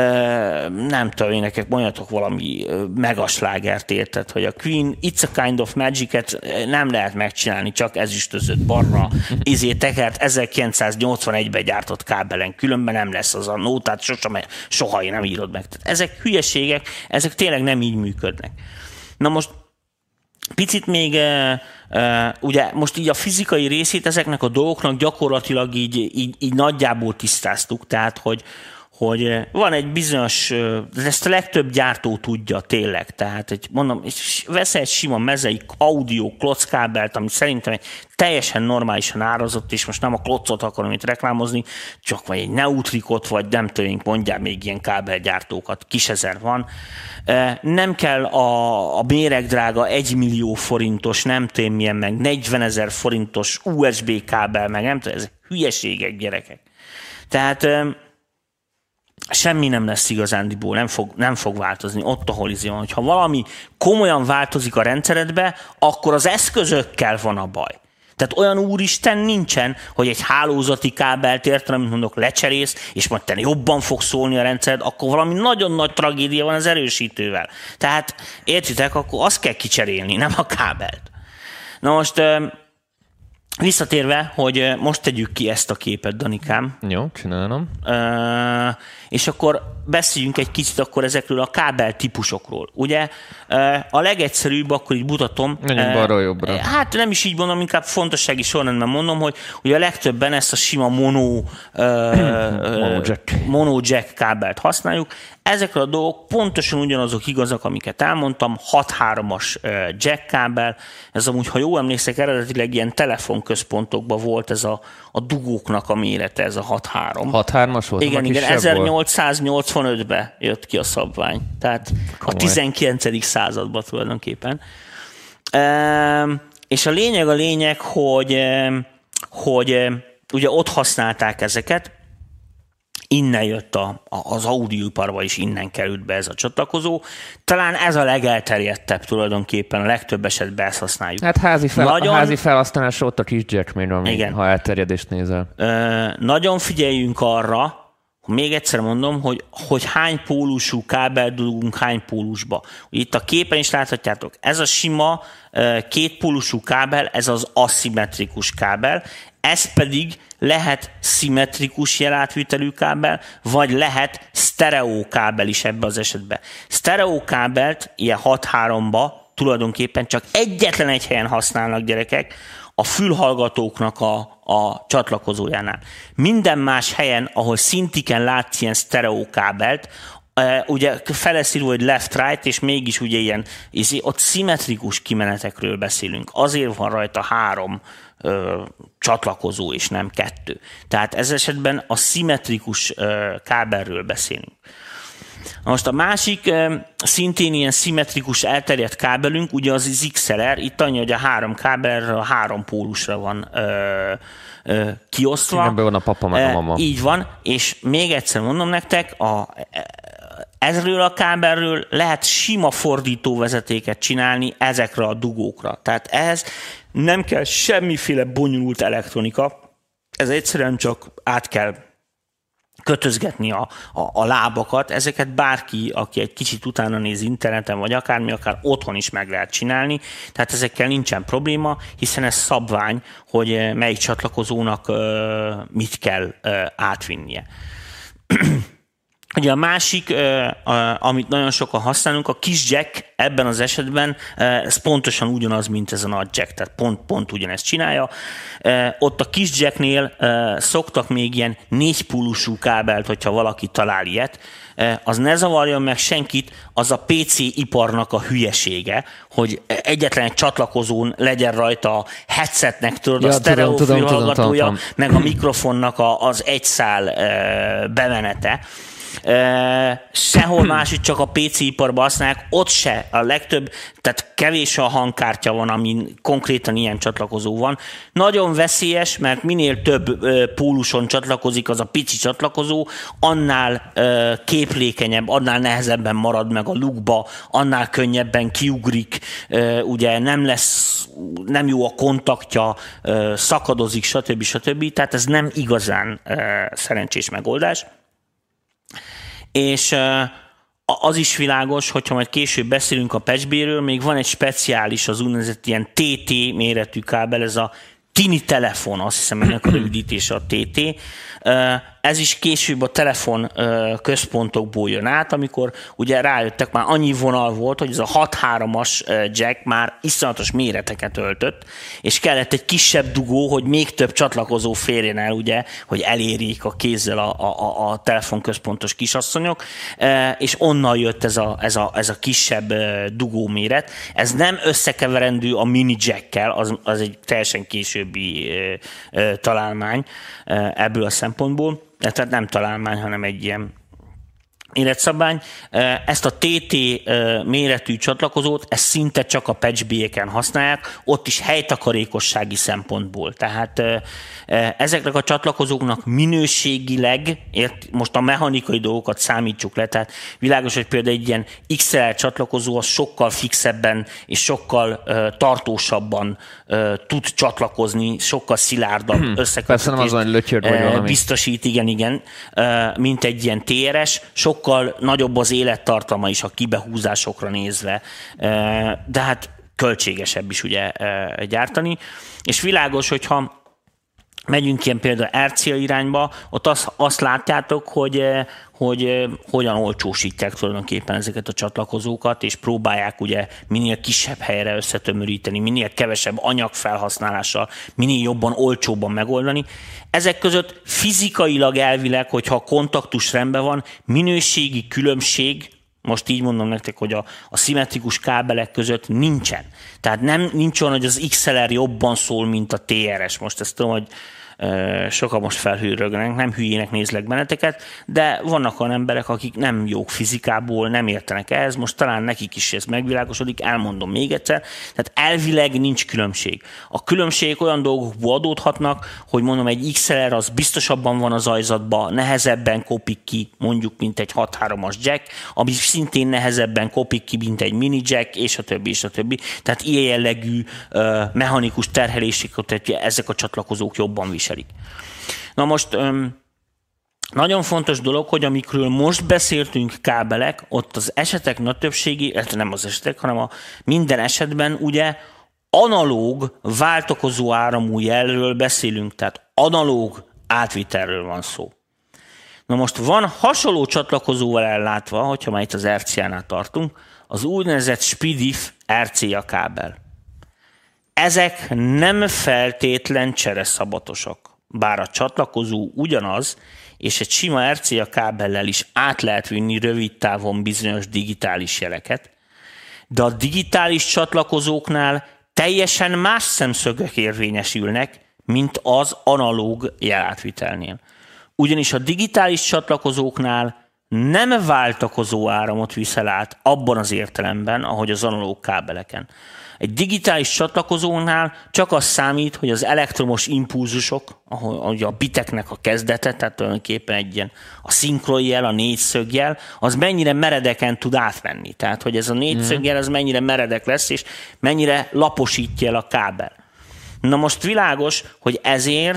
nem tudom, én nektek mondjatok valami megaslágert, érted, hogy a Queen It's a Kind of Magic-et nem lehet megcsinálni, csak ezüstözött barna, tekert 1981-ben gyártott kábelen, különben nem lesz az a nótát, soha nem írod meg. Tehát ezek hülyeségek, ezek tényleg nem így működnek. Na most picit még, ugye most így a fizikai részét ezeknek a dolgoknak gyakorlatilag így nagyjából tisztáztuk, tehát hogy van egy bizonyos, ezt a legtöbb gyártó tudja tényleg, tehát mondom, vesz egy sima mezei audio klockkábelt, ami szerintem egy teljesen normálisan árazott, és most nem a kloccot akarom itt reklámozni, csak vagy egy Neutrikot, vagy nem tudom, mondjál még ilyen kábelgyártókat, kisezer van. Nem kell a méregdrága 1 millió forintos, nem tudom milyen, meg 40 000 forintos USB kábel, meg nem tudom, ezek hülyeségek, gyerekek. Tehát semmi nem lesz igazándiból, nem fog változni ott, ahol van. Hogyha valami komolyan változik a rendszeredbe, akkor az eszközökkel van a baj. Tehát olyan úristen nincsen, hogy egy hálózati kábelt, értem, amit mondok, lecserélsz, és majd te jobban fog szólni a rendszered, akkor valami nagyon nagy tragédia van az erősítővel. Tehát értitek, akkor azt kell kicserélni, nem a kábelt. Na most visszatérve, hogy most tegyük ki ezt a képet, Danikám. Jó, csinálom. És akkor beszéljünk egy kicsit akkor ezekről a kábel típusokról. Ugye a legegyszerűbb, akkor így mutatom. Menjünk balról jobbra. Hát nem is így mondom, inkább fontossági sorrendben mondom, hogy ugye a legtöbben ezt a sima mono jack kábelt használjuk. Ezekre a dolgok pontosan ugyanazok igazak, amiket elmondtam. 6.3-as jack kábel. Ez amúgy, ha jól emlékszek, eredetileg ilyen telefonközpontokban volt ez a dugóknak a mérete, ez a 6.3. 6.3-as volt? Igen, 1885-ben jött ki a szabvány. Tehát komoly. A 19. században tulajdonképpen. És a lényeg, hogy ugye ott használták ezeket, innen jött az audioiparba is, innen került be ez a csatlakozó. Talán ez a legelterjedtebb tulajdonképpen, a legtöbb esetben ezt használjuk. Hát házi felhasználásra ott a kis jack, ha elterjedést nézel. Nagyon figyeljünk arra, még egyszer mondom, hogy hány pólusú kábel dugunk hány pólusba. Itt a képen is láthatjátok, ez a sima kétpólusú kábel, ez az aszimmetrikus kábel, ez pedig lehet szimmetrikus jelátvitelű kábel, vagy lehet sztereó kábel is ebbe az esetben. Sztereó kábelt ilyen 6.3-ba tulajdonképpen csak egyetlen egy helyen használnak, gyerekek, a fülhallgatóknak a csatlakozójánál. Minden más helyen, ahol szintiken látsz ilyen sztereó kábelt, ugye feleszírva, hogy left-right, és mégis ugye ilyen, ott szimmetrikus kimenetekről beszélünk. Azért van rajta 3 csatlakozó, és nem 2. Tehát ez esetben a szimmetrikus kábelről beszélünk. Most a másik szintén ilyen szimmetrikus elterjedt kábelünk, ugye az XLR, itt annyi, hogy a 3 kábelről a 3 pólusra van kiosztva. Ebben van a papa meg a mama. Így van, és még egyszer mondom nektek, ezről a kábelről lehet sima fordítóvezetéket csinálni ezekre a dugókra. Tehát ehhez nem kell semmiféle bonyolult elektronika, ez egyszerűen csak át kell kötözgetni a lábakat. Ezeket bárki, aki egy kicsit utána néz interneten, vagy akármi, akár otthon is meg lehet csinálni. Tehát ezekkel nincsen probléma, hiszen ez szabvány, hogy melyik csatlakozónak mit kell átvinnie. Ugye a másik, amit nagyon sokan használunk, a kis jack ebben az esetben, ez pontosan ugyanaz, mint ez a nagy jack, tehát pont ugyanezt csinálja. Ott a kis jacknél szoktak még ilyen 4 pólusú kábelt, hogyha valaki talál ilyet, az ne zavarjon meg senkit, az a PC iparnak a hülyesége, hogy egyetlen egy csatlakozón legyen rajta a headsetnek, tudod, a sztereó fülhallgatója, meg a mikrofonnak az egy szál bemenete. Sehol máshogy csak a PC iparban használják, ott se a legtöbb, tehát kevés a hangkártya van, amin konkrétan ilyen csatlakozó van. Nagyon veszélyes, mert minél több póluson csatlakozik az a pici csatlakozó, annál képlékenyebb, annál nehezebben marad meg a lukba, annál könnyebben kiugrik, ugye nem jó a kontaktja, szakadozik, stb. Tehát ez nem igazán szerencsés megoldás. És az is világos, hogyha majd később beszélünk a patchbéről, még van egy speciális, az úgynevezett ilyen TT méretű kábel, ez a tini telefon, azt hiszem ennek a rövidítése a TT. Ez is később a telefon központokból jön át, amikor ugye rájöttek, már annyi vonal volt, hogy ez a 6.3-as jack már iszonyatos méreteket öltött, és kellett egy kisebb dugó, hogy még több csatlakozó férjen el, ugye, hogy elérjék a kézzel a telefonközpontos kisasszonyok, és onnan jött ez a kisebb dugó méret. Ez nem összekeverendő a mini jackkel, az egy teljesen későbbi találmány ebből a szempontból. Tehát nem találmány, hanem egy ilyen életszabály. Ezt a TT méretű csatlakozót, ezt szinte csak a patchbéken használják, ott is helytakarékossági szempontból. Tehát ezeknek a csatlakozóknak minőségileg, most a mechanikai dolgokat számítsuk le, tehát világos, hogy például egy ilyen XLR csatlakozó az sokkal fixebben és sokkal tartósabban tud csatlakozni, sokkal szilárdabb összeköttetést biztosít, igen, mint egy ilyen TRS, sokkal nagyobb az élettartama is a kibehúzásokra nézve, de hát költségesebb is ugye gyártani, és világos, hogyha megyünk ilyen például RCA irányba, ott azt látjátok, hogy hogyan olcsósítják tulajdonképpen ezeket a csatlakozókat, és próbálják ugye minél kisebb helyre összetömöríteni, minél kevesebb anyagfelhasználással, minél jobban, olcsóbban megoldani. Ezek között fizikailag elvileg, hogyha a kontaktus rendben van, minőségi különbség, most így mondom nektek, hogy a szimmetrikus kábelek között nincsen. Tehát nincs olyan, hogy az XLR jobban szól, mint a TRS. Most ezt tudom, hogy sokan most felhűrögnek, nem hülyének nézlek benneteket, de vannak olyan emberek, akik nem jók fizikából, nem értenek ehhez, most talán nekik is ez megvilágosodik, elmondom még egyszer, tehát elvileg nincs különbség. A különbség olyan dolgokból adódhatnak, hogy mondom, egy XLR az biztosabban van az ajzatban, nehezebben kopik ki, mondjuk, mint egy 6.3-as jack, ami szintén nehezebben kopik ki, mint egy mini jack, és a többi, és a többi. Tehát ilyen jellegű mechanikus terheléseket ezek a csatlakozók jobban viselik. Na most nagyon fontos dolog, hogy amikről most beszéltünk kábelek, ott az esetek nagy többségi, nem az esetek, hanem minden esetben ugye analóg váltakozó áramú jelről beszélünk, tehát analóg átvitelről van szó. Na most van hasonló csatlakozóval ellátva, hogyha már itt az RCA-nál tartunk, az úgynevezett SPDIF RCA kábel. Ezek nem feltétlen csereszabatosak, bár a csatlakozó ugyanaz, és egy sima RCA kábellel is át lehet vinni rövid távon bizonyos digitális jeleket, de a digitális csatlakozóknál teljesen más szemszögek érvényesülnek, mint az analóg jelátvitelnél. Ugyanis a digitális csatlakozóknál nem váltakozó áramot viszel át abban az értelemben, ahogy az analóg kábeleken. Egy digitális csatlakozónál csak az számít, hogy az elektromos impulzusok, ahogy a biteknek a kezdete, tehát tulajdonképpen egy ilyen a szinkronjel, a négyszögjel, az mennyire meredeken tud átmenni. Tehát, hogy ez a négyszögjel az mennyire meredek lesz, és mennyire laposítja el a kábel. Na most világos, hogy ezért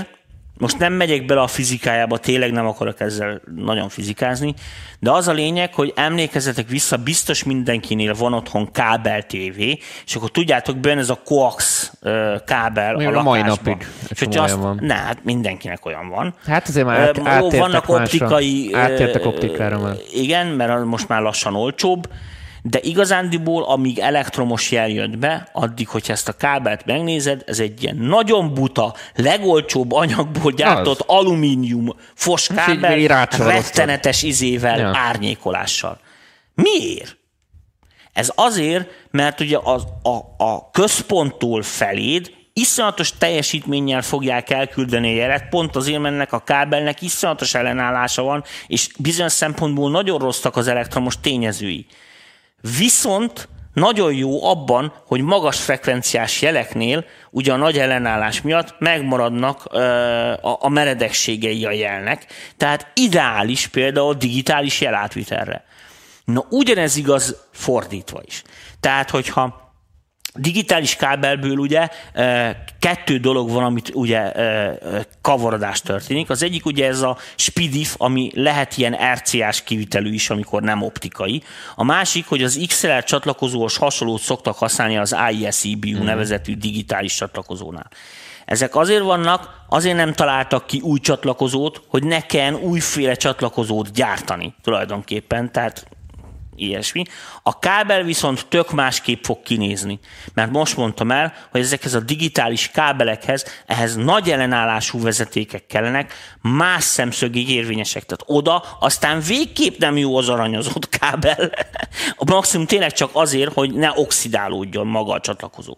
most nem megyek bele a fizikájába, tényleg nem akarok ezzel nagyon fizikázni, de az a lényeg, hogy emlékezzetek vissza, biztos mindenkinél van otthon kábel tévé, és akkor tudjátok, benne ez a coax kábel még a lakásban. mai napig. Hát mindenkinek olyan van. Hát azért már átértek vannak optikai... Átértek optikára már. Igen, mert most már lassan olcsóbb, de igazándiból, amíg elektromos jel jött be, addig, hogyha ezt a kábelt megnézed, ez egy ilyen nagyon buta, legolcsóbb anyagból gyártott alumínium fos kábel, rettenetes izével, árnyékolással. Miért? Ez azért, mert ugye a központtól feléd iszonyatos teljesítménnyel fogják elküldeni a jelet, pont azért, mert ennek a kábelnek iszonyatos ellenállása van, és bizonyos szempontból nagyon rosszak az elektromos tényezői. Viszont nagyon jó abban, hogy magas frekvenciás jeleknél ugye a nagy ellenállás miatt megmaradnak a meredekségei a jelnek, tehát ideális például digitális jelátvitelre. Na ugyanez igaz fordítva is. Tehát, hogyha digitális kábelből ugye kettő dolog van, amit ugye kavarodás történik. Az egyik ugye ez a SPDIF, ami lehet ilyen RCA-s kivitelű is, amikor nem optikai. A másik, hogy az XLR csatlakozóhoz hasonlót szoktak használni az ISEBU nevezetű digitális csatlakozónál. Ezek azért vannak, azért nem találtak ki új csatlakozót, hogy ne kelljen újféle csatlakozót gyártani tulajdonképpen, tehát ilyesmi. A kábel viszont tök másképp fog kinézni. Mert most mondtam el, hogy ezekhez a digitális kábelekhez, ehhez nagy ellenállású vezetékek kellenek, más szemszögig érvényesek. Tehát oda aztán végképp nem jó az aranyozott kábel. A maximum tényleg csak azért, hogy ne oxidálódjon maga a csatlakozó.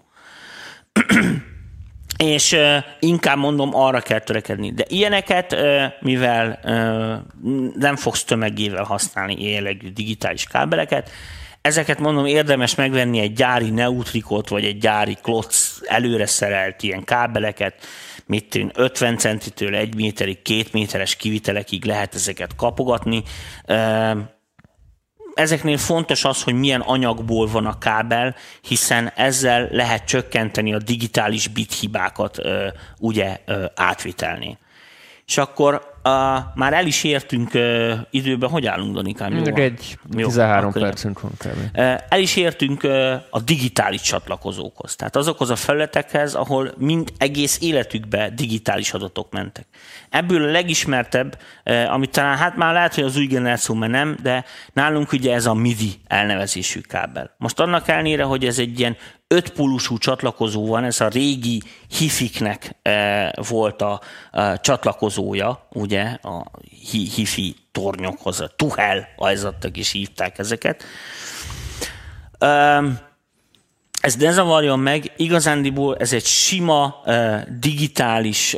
És inkább mondom, arra kell törekedni. De ilyeneket, mivel nem fogsz tömegével használni jellegű digitális kábeleket, ezeket mondom, érdemes megvenni egy gyári neutrikot, vagy egy gyári klotz előre szerelt ilyen kábeleket, 50 centitől 1 méterig, 2 méteres kivitelekig lehet ezeket kapogatni. Ezeknél fontos az, hogy milyen anyagból van a kábel, hiszen ezzel lehet csökkenteni a digitális bithibákat átvitelni. És akkor már el is értünk időben, hogy állunk, Danikám? Még egy 13 percünk van kb. El is értünk a digitális csatlakozókhoz. Tehát azokhoz a felületekhez, ahol mind egész életükben digitális adatok mentek. Ebből a legismertebb, amit talán hát már lehet, hogy az új generáció már nem, de nálunk ugye ez a MIDI elnevezésű kábel. Most annak ellenére, hogy ez egy ilyen 5 pólusú csatlakozó van, ez a régi hifiknek volt a csatlakozója, ugye a hifi tornyokhoz, a Tuhel ajzattak is hívták ezeket. Ez ne zavarjon meg, igazándiból ez egy sima, digitális,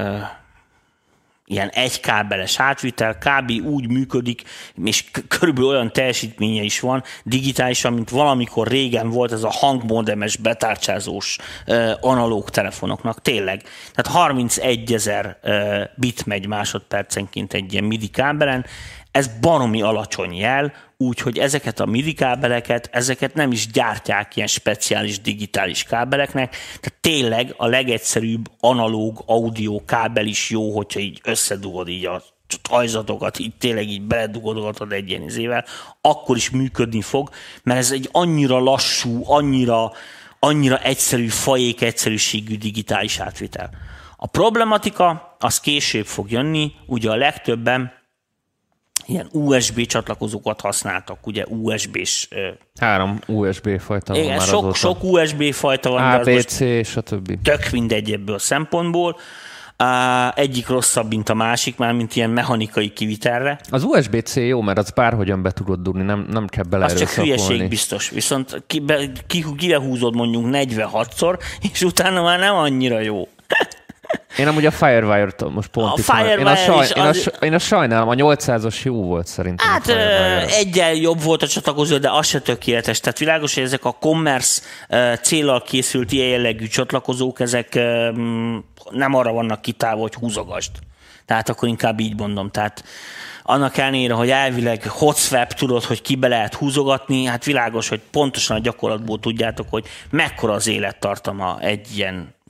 ilyen egykábeles átvitel, kb. Úgy működik, és körülbelül olyan teljesítménye is van digitálisan, mint valamikor régen volt ez a hangmodemes, betárcsázós analóg telefonoknak, tényleg. Tehát 31 000 bit megy másodpercenként egy ilyen MIDI kábelen, ez baromi alacsony jel, úgyhogy ezeket a MIDI kábeleket, ezeket nem is gyártják ilyen speciális digitális kábeleknek, tehát tényleg a legegyszerűbb analóg audio kábel is jó, hogyha így összedugod így a ajzatokat, így tényleg így beledugodogatod egy ilyen izével, akkor is működni fog, mert ez egy annyira lassú, annyira egyszerű, fajék egyszerűségű digitális átvitel. A problematika az később fog jönni, ugye a legtöbben ilyen USB csatlakozókat használtak, ugye USB-s... 3 USB fajta van igen, már azóta. Sok USB fajta van, ABC és a többi. Tök mindegy ebből a szempontból. Egyik rosszabb, mint a másik, már mint ilyen mechanikai kivitelre. Az USB-C jó, mert az bárhogyan be tudod dugni, nem kell bele az csak hülyeség biztos, viszont kivehúzod mondjuk 46-szor, és utána már nem annyira jó. Én amúgy a Firewire-t most pont én a sajnálom, a 800-as jó volt szerintem. Hát eggyel jobb volt a csatlakozó, de az se tökéletes. Tehát világos, hogy ezek a commerce céllal készült ilyen jellegű csatlakozók, ezek nem arra vannak kitálva, hogy húzogasd. Tehát akkor inkább így mondom. Tehát annak ellenére, hogy elvileg hotswap tudod, hogy kibe lehet húzogatni, hát világos, hogy pontosan a gyakorlatból tudjátok, hogy mekkora az élettartama egy ilyen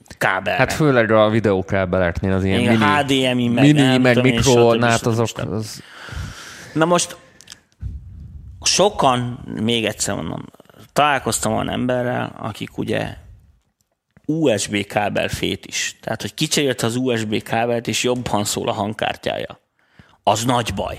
kábelnek. Hát főleg a videókábeleknél az ilyen HDMI, meg mikro, hát azok... Na most sokan, még egyszer mondom, találkoztam olyan emberrel, akik ugye USB kábel fétis. Tehát, hogy kicserélte az USB kábelt, és jobban szól a hangkártyája. Az nagy baj.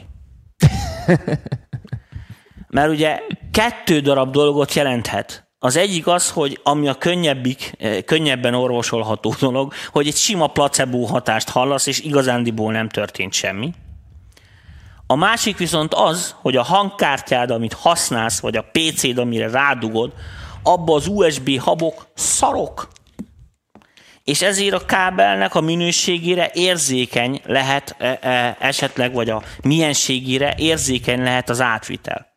Mert ugye 2 darab dolgot jelenthet. Az egyik az, hogy ami a könnyebben orvosolható dolog, hogy egy sima placebo hatást hallasz, és igazándiból nem történt semmi. A másik viszont az, hogy a hangkártyád, amit használsz, vagy a PC-d, amire rádugod, abba az USB habok szarok. És ezért a kábelnek a minőségére érzékeny lehet esetleg, vagy a mienségére érzékeny lehet az átvitel.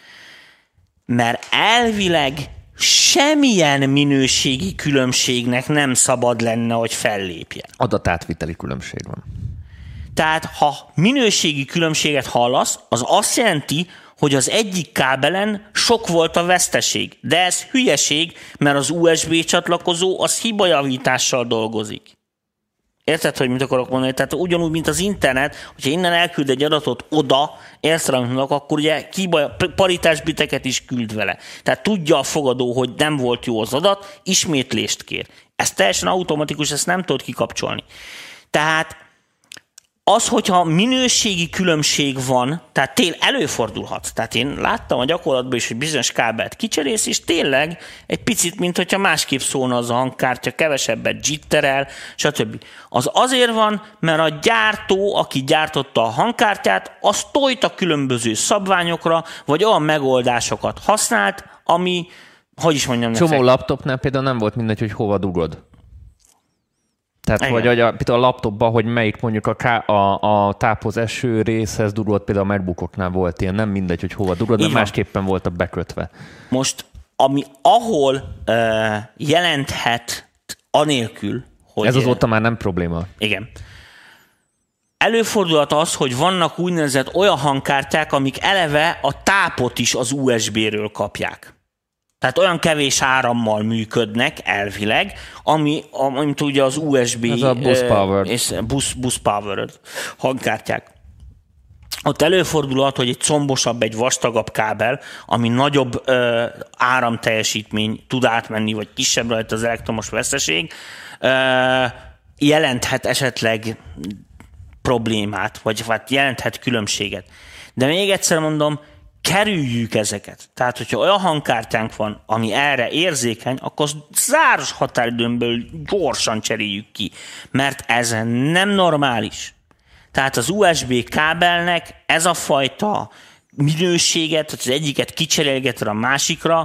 Mert elvileg semmilyen minőségi különbségnek nem szabad lenne, hogy fellépjen. Adatátviteli különbség van. Tehát, ha minőségi különbséget hallasz, az azt jelenti, hogy az egyik kábelen sok volt a veszteség. De ez hülyeség, mert az USB csatlakozó az hibajavítással dolgozik. Érted, hogy mit akarok mondani? Tehát ugyanúgy, mint az internet, hogyha innen elküld egy adatot oda, értelemnek, akkor ugye paritás biteket is küld vele. Tehát tudja a fogadó, hogy nem volt jó az adat, ismétlést kér. Ez teljesen automatikus, ezt nem tudod kikapcsolni. Tehát az, hogyha minőségi különbség van, tehát előfordulhat. Tehát én láttam a gyakorlatban is, hogy bizonyos kábelt kicserélsz, és tényleg egy picit, mint hogyha másképp szólna az a hangkártya, kevesebbet jitterel, stb. Az azért van, mert a gyártó, aki gyártotta a hangkártyát, az tojta különböző szabványokra, vagy olyan megoldásokat használt, ami, hogy is mondjam nektek. Csomó laptopnál például nem volt mindegy, hogy hova dugod. Tehát, vagy például a laptopban, hogy melyik mondjuk a táphoz eső részhez dugod, például a MacBookoknál volt ilyen, nem mindegy, hogy hova dugod, de másképpen voltak bekötve. Most, ahol jelenthet anélkül, hogy... Ez azóta már nem probléma. Igen. Előfordulhat az, hogy vannak úgynevezett olyan hangkártyák, amik eleve a tápot is az USB-ről kapják. Tehát olyan kevés árammal működnek elvileg, amit ugye az USB ez a bus powered. És bus powered hangkártyák. Ott előfordulhat, hogy egy combosabb, egy vastagabb kábel, ami nagyobb áramteljesítmény tud átmenni, vagy kisebb rajta az elektromos veszteség, jelenthet esetleg problémát, vagy jelenthet különbséget. De még egyszer mondom, kerüljük ezeket. Tehát, hogyha olyan hangkártyánk van, ami erre érzékeny, akkor záros határidőn gyorsan cseréljük ki, mert ez nem normális. Tehát az USB kábelnek ez a fajta minőséget, az egyiket kicserélgeted a másikra,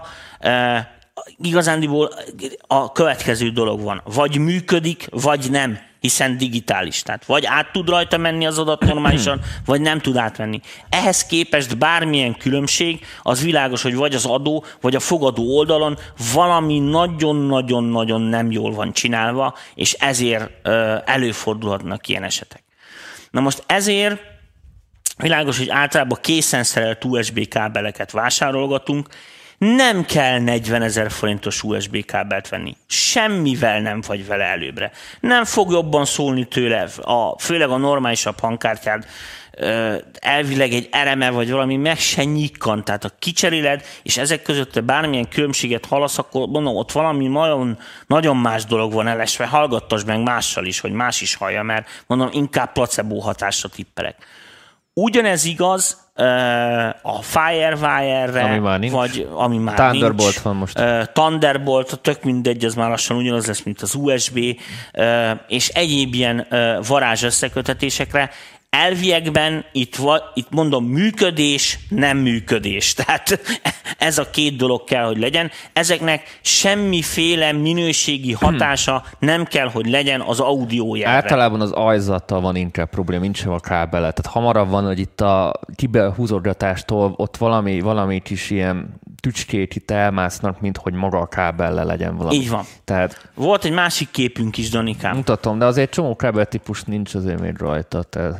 igazándiból a következő dolog van. Vagy működik, vagy nem, hiszen digitális. Tehát vagy át tud rajta menni az adat normálisan, vagy nem tud átmenni. Ehhez képest bármilyen különbség, az világos, hogy vagy az adó, vagy a fogadó oldalon valami nagyon-nagyon-nagyon nem jól van csinálva, és ezért előfordulhatnak ilyen esetek. Na most ezért világos, hogy általában készen szerelt USB kábeleket vásárolgatunk, nem kell 40 000 forintos USB kábelt venni. Semmivel nem vagy vele előbbre. Nem fog jobban szólni tőle, főleg a normálisabb hangkártyád, elvileg egy ereme vagy valami meg se nyikkan. Tehát ha kicseréled, és ezek között te bármilyen különbséget hallasz, akkor mondom, ott valami nagyon, nagyon más dolog van elesve. Hallgattasd meg mással is, hogy más is hallja, mert mondom, inkább placebo hatásra tippelek. Ugyanez igaz a Firewire-re, ami már Thunderbolt nincs. Van most. Thunderbolt, tök mindegy, az már lassan ugyanaz lesz, mint az USB, és egyéb ilyen varázs összekötetésekre. Elviekben itt mondom működés, nem működés. Tehát ez a két dolog kell, hogy legyen. Ezeknek semmiféle minőségi hatása nem kell, hogy legyen az audiójára. Általában az ajzattal van inkább probléma, nincs sem a kábele. Tehát hamarabb van, hogy itt a kibehúzogatástól ott valami kis ilyen tücskét itt elmásznak, mint hogy maga a kábellel legyen valami. Így van. Tehát volt egy másik képünk is, Danikám. Mutatom, de azért csomó kábeltípus nincs azért még rajta. Tehát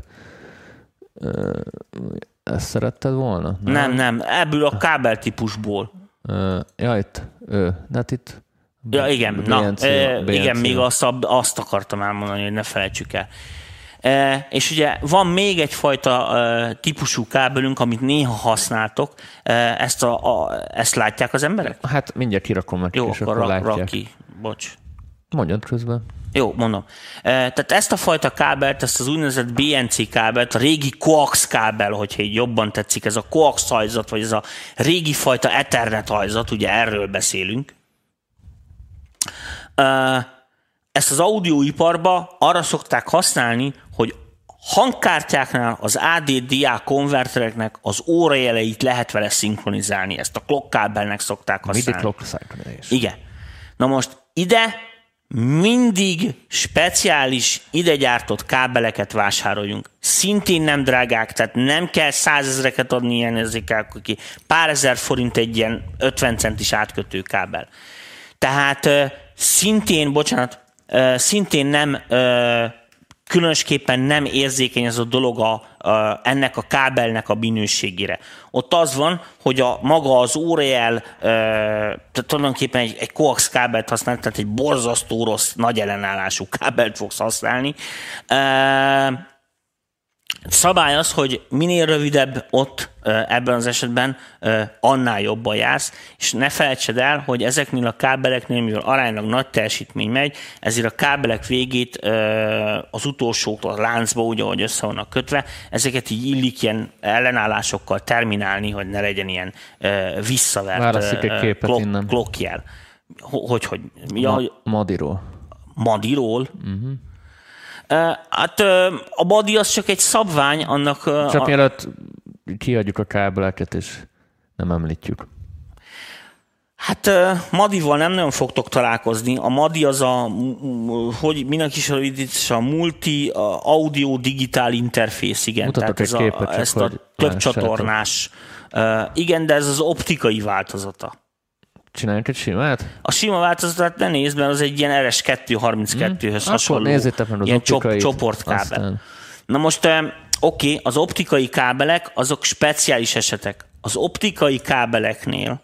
ezt szeretted volna? Nem, ebből a kábeltípusból. Itt. De hát itt Ja, igen, igen, még azt akartam elmondani, hogy ne felejtsük el. És ugye van még egyfajta típusú kábelünk, amit néha használtok. Ezt látják az emberek? Hát mindjárt kirakom meg, jó, és akkor látják. Ki. Bocs. Mondjad közben. Jó, mondom. Tehát ezt a fajta kábelt, ezt az úgynevezett BNC kábelt, a régi coax kábel, hogyha így jobban tetszik, ez a coax hajzat, vagy ez a régi fajta Ethernet hajzat, ugye erről beszélünk. Ezt az audioiparba arra szokták használni, hogy hangkártyáknál az AD-DA konvertereknek az órajeleit lehet vele szinkronizálni. Ezt a clock kábelnek szokták használni. MIDI clock synchronization. Igen. Na most ide mindig speciális ide gyártott kábeleket vásároljunk. Szintén nem drágák, tehát nem kell 100 000-eket adni ilyen ezekkel, ki pár ezer forint egy ilyen 50 centis átkötő kábel. Tehát szintén nem különösképpen nem érzékeny ez a dolog ennek a kábelnek a minőségére. Ott az van, hogy maga az órajel, tehát tulajdonképpen egy coax kábelt használ, tehát egy borzasztó rossz, nagy ellenállású kábelt fogsz használni. Szabály az, hogy minél rövidebb ott ebben az esetben, annál jobban jársz, és ne felejtsed el, hogy ezeknél a kábeleknél, mivel aránylag nagy teljesítmény megy, ezért a kábelek végét az utolsó a láncba, úgy, ahogy össze vannak kötve, ezeket így illik ilyen ellenállásokkal terminálni, hogy ne legyen ilyen visszavert klokkjel. Hogy? Madiról. Madiról? Uh-huh. Hát a MADI az csak egy szabvány, annak... Csak mielőtt kiadjuk a kábeleket, és nem említjük. Hát MADI-val nem nagyon fogtok találkozni. A MADI az hogy minek is a Multi Audio Digital Interface, igen. Mutatok tehát egy képet, ezt a több csatornás. Igen, de ez az optikai változata. Csináljunk egy simát? A sima változatát ne nézd, mert az egy ilyen RS232-höz hasonló ilyen csoportkábel. Aztán. Na most oké, az optikai kábelek, azok speciális esetek. Az optikai kábeleknél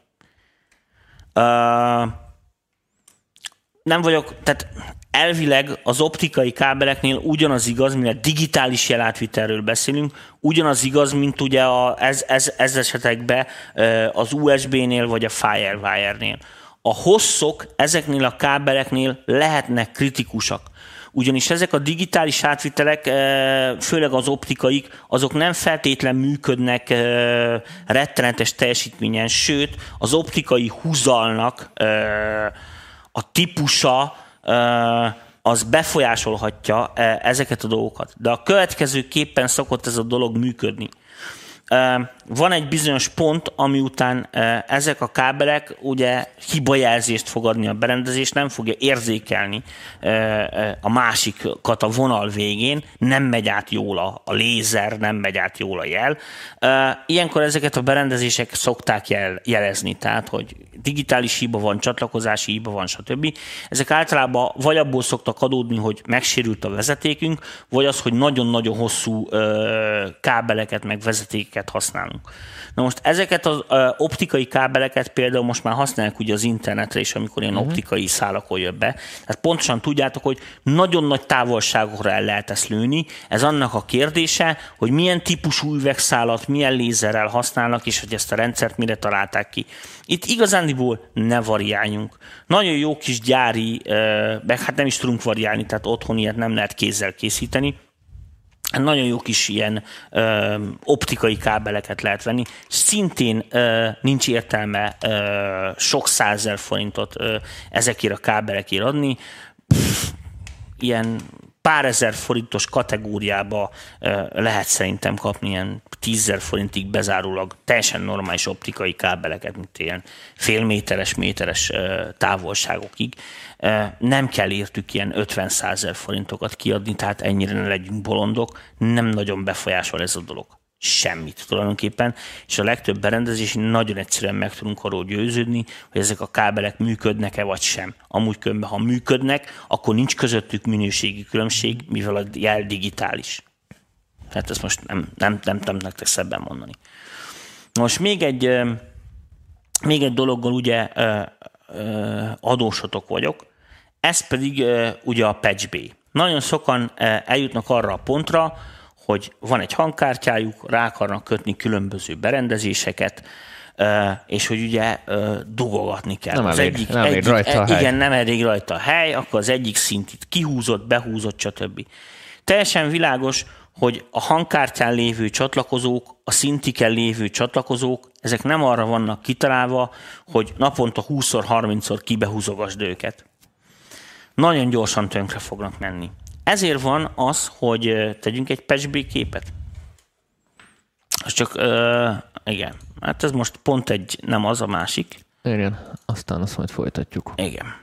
nem vagyok, tehát elvileg az optikai kábeleknél ugyanaz igaz, mivel digitális jelátvitelről beszélünk, ugyanaz igaz, mint ugye ez esetekben az USB-nél vagy a Firewire-nél. A hosszok ezeknél a kábeleknél lehetnek kritikusak. Ugyanis ezek a digitális átvitelek, főleg az optikaik, azok nem feltétlen működnek rettenetes teljesítményen, sőt, az optikai húzalnak a típusa az befolyásolhatja ezeket a dolgokat. De a következőképpen szokott ez a dolog működni. Van egy bizonyos pont, ami után ezek a kábelek ugye hibajelzést fog adni a berendezés, nem fogja érzékelni a másikat a vonal végén, nem megy át jól a lézer, nem megy át jól a jel. Ilyenkor ezeket a berendezések szokták jelezni, tehát hogy digitális hiba van, csatlakozási hiba van, stb. Ezek általában vagy abból szoktak adódni, hogy megsérült a vezetékünk, vagy az, hogy nagyon-nagyon hosszú kábeleket meg vezetékeket használunk. Na most ezeket az optikai kábeleket például most már használják ugye az internetre is, amikor ilyen optikai szálakon jön be. Tehát pontosan tudjátok, hogy nagyon nagy távolságokra el lehet ezt lőni. Ez annak a kérdése, hogy milyen típusú üvegszálat, milyen lézerrel használnak, és hogy ezt a rendszert mire találták ki. Itt igazándiból ne variáljunk. Nagyon jó kis gyári, meg hát nem is tudunk variálni, tehát otthon ilyet nem lehet kézzel készíteni. Nagyon jó kis ilyen optikai kábeleket lehet venni. Szintén nincs értelme sok 100 000 forintot ezekért a kábelekért adni. Ilyen pár ezer forintos kategóriába lehet szerintem kapni ilyen 10 000 forintig bezárólag teljesen normális optikai kábeleket, mint ilyen méteres távolságokig. Nem kell értük ilyen 50-100 000 forintokat kiadni, tehát ennyire ne legyünk bolondok, nem nagyon befolyásol ez a dolog. Semmit tulajdonképpen, és a legtöbb berendezés nagyon egyszerűen meg tudunk arról győződni, hogy ezek a kábelek működnek-e vagy sem. Amúgy különben, ha működnek, akkor nincs közöttük minőségi különbség, mivel a jel digitális. Hát ezt most nem nektek szebben mondani. Most még egy dologgal ugye adósotok vagyok, ez pedig ugye a Patch Bay. Nagyon sokan eljutnak arra a pontra, hogy van egy hangkártyájuk, rá akarnak kötni különböző berendezéseket, és hogy ugye dugogatni kell. Nem elég rajta a hely. Igen, nem elég rajta a hely, akkor az egyik szintit kihúzott, behúzott, stb. Teljesen világos, hogy a hangkártyán lévő csatlakozók, a szintiken lévő csatlakozók, ezek nem arra vannak kitalálva, hogy naponta 20-szor, 30-szor kibehúzogasd őket. Nagyon gyorsan tönkre fognak menni. Ezért van az, hogy tegyünk egy Patch Bay képet. Csak, igen, hát ez most pont nem az, a másik. Igen, aztán azt majd folytatjuk. Igen.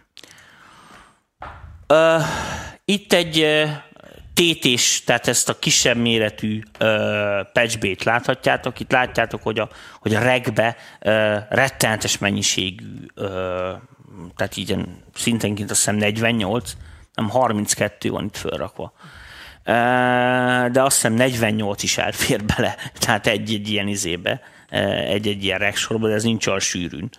Itt egy TT-s, tehát ezt a kisebb méretű Patch Bay-t láthatjátok. Itt látjátok, hogy a regbe rettenetes mennyiségű, tehát így szintenként azt hiszem 48, nem 32 van itt fölrakva. De azt hiszem 48 is elfér bele, tehát egy ilyen izébe, egy ilyen regsorba, de ez nincs olyan sűrűn.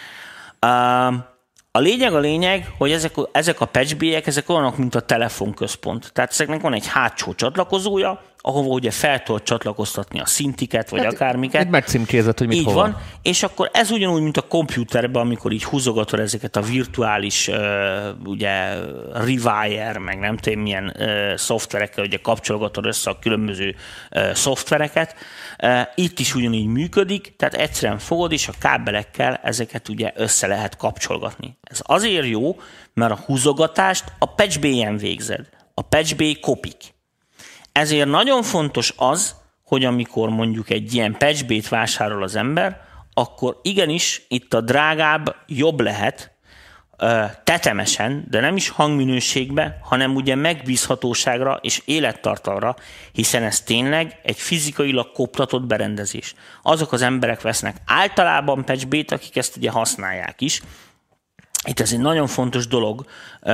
A lényeg, hogy ezek a Patch Bay-ek, ezek olyanok, mint a telefonközpont. Tehát ezeknek van egy hátsó csatlakozója, ahova ugye fel tudod csatlakoztatni a szintiket, vagy akármiket. Egy megcímkézet, hogy mit így hova. Van, és akkor ez ugyanúgy, mint a komputerben, amikor így húzogatod ezeket a virtuális ugye Rewire, meg nem tudom milyen szoftverekkel, ugye kapcsolgatod össze a különböző szoftvereket. Itt is ugyanígy működik, tehát egyszerűen fogod, és a kábelekkel ezeket ugye össze lehet kapcsolgatni. Ez azért jó, mert a húzogatást a Patch Bay-en végzed. A Patch Bay kopik. Ezért nagyon fontos az, hogy amikor mondjuk egy ilyen Patch Bay-t vásárol az ember, akkor igenis itt a drágább jobb lehet, tetemesen, de nem is hangminőségbe, hanem ugye megbízhatóságra és élettartalra, hiszen ez tényleg egy fizikailag koptatott berendezés. Azok az emberek vesznek általában Patch Bay-t, akik ezt ugye használják is. Itt ez egy nagyon fontos dolog,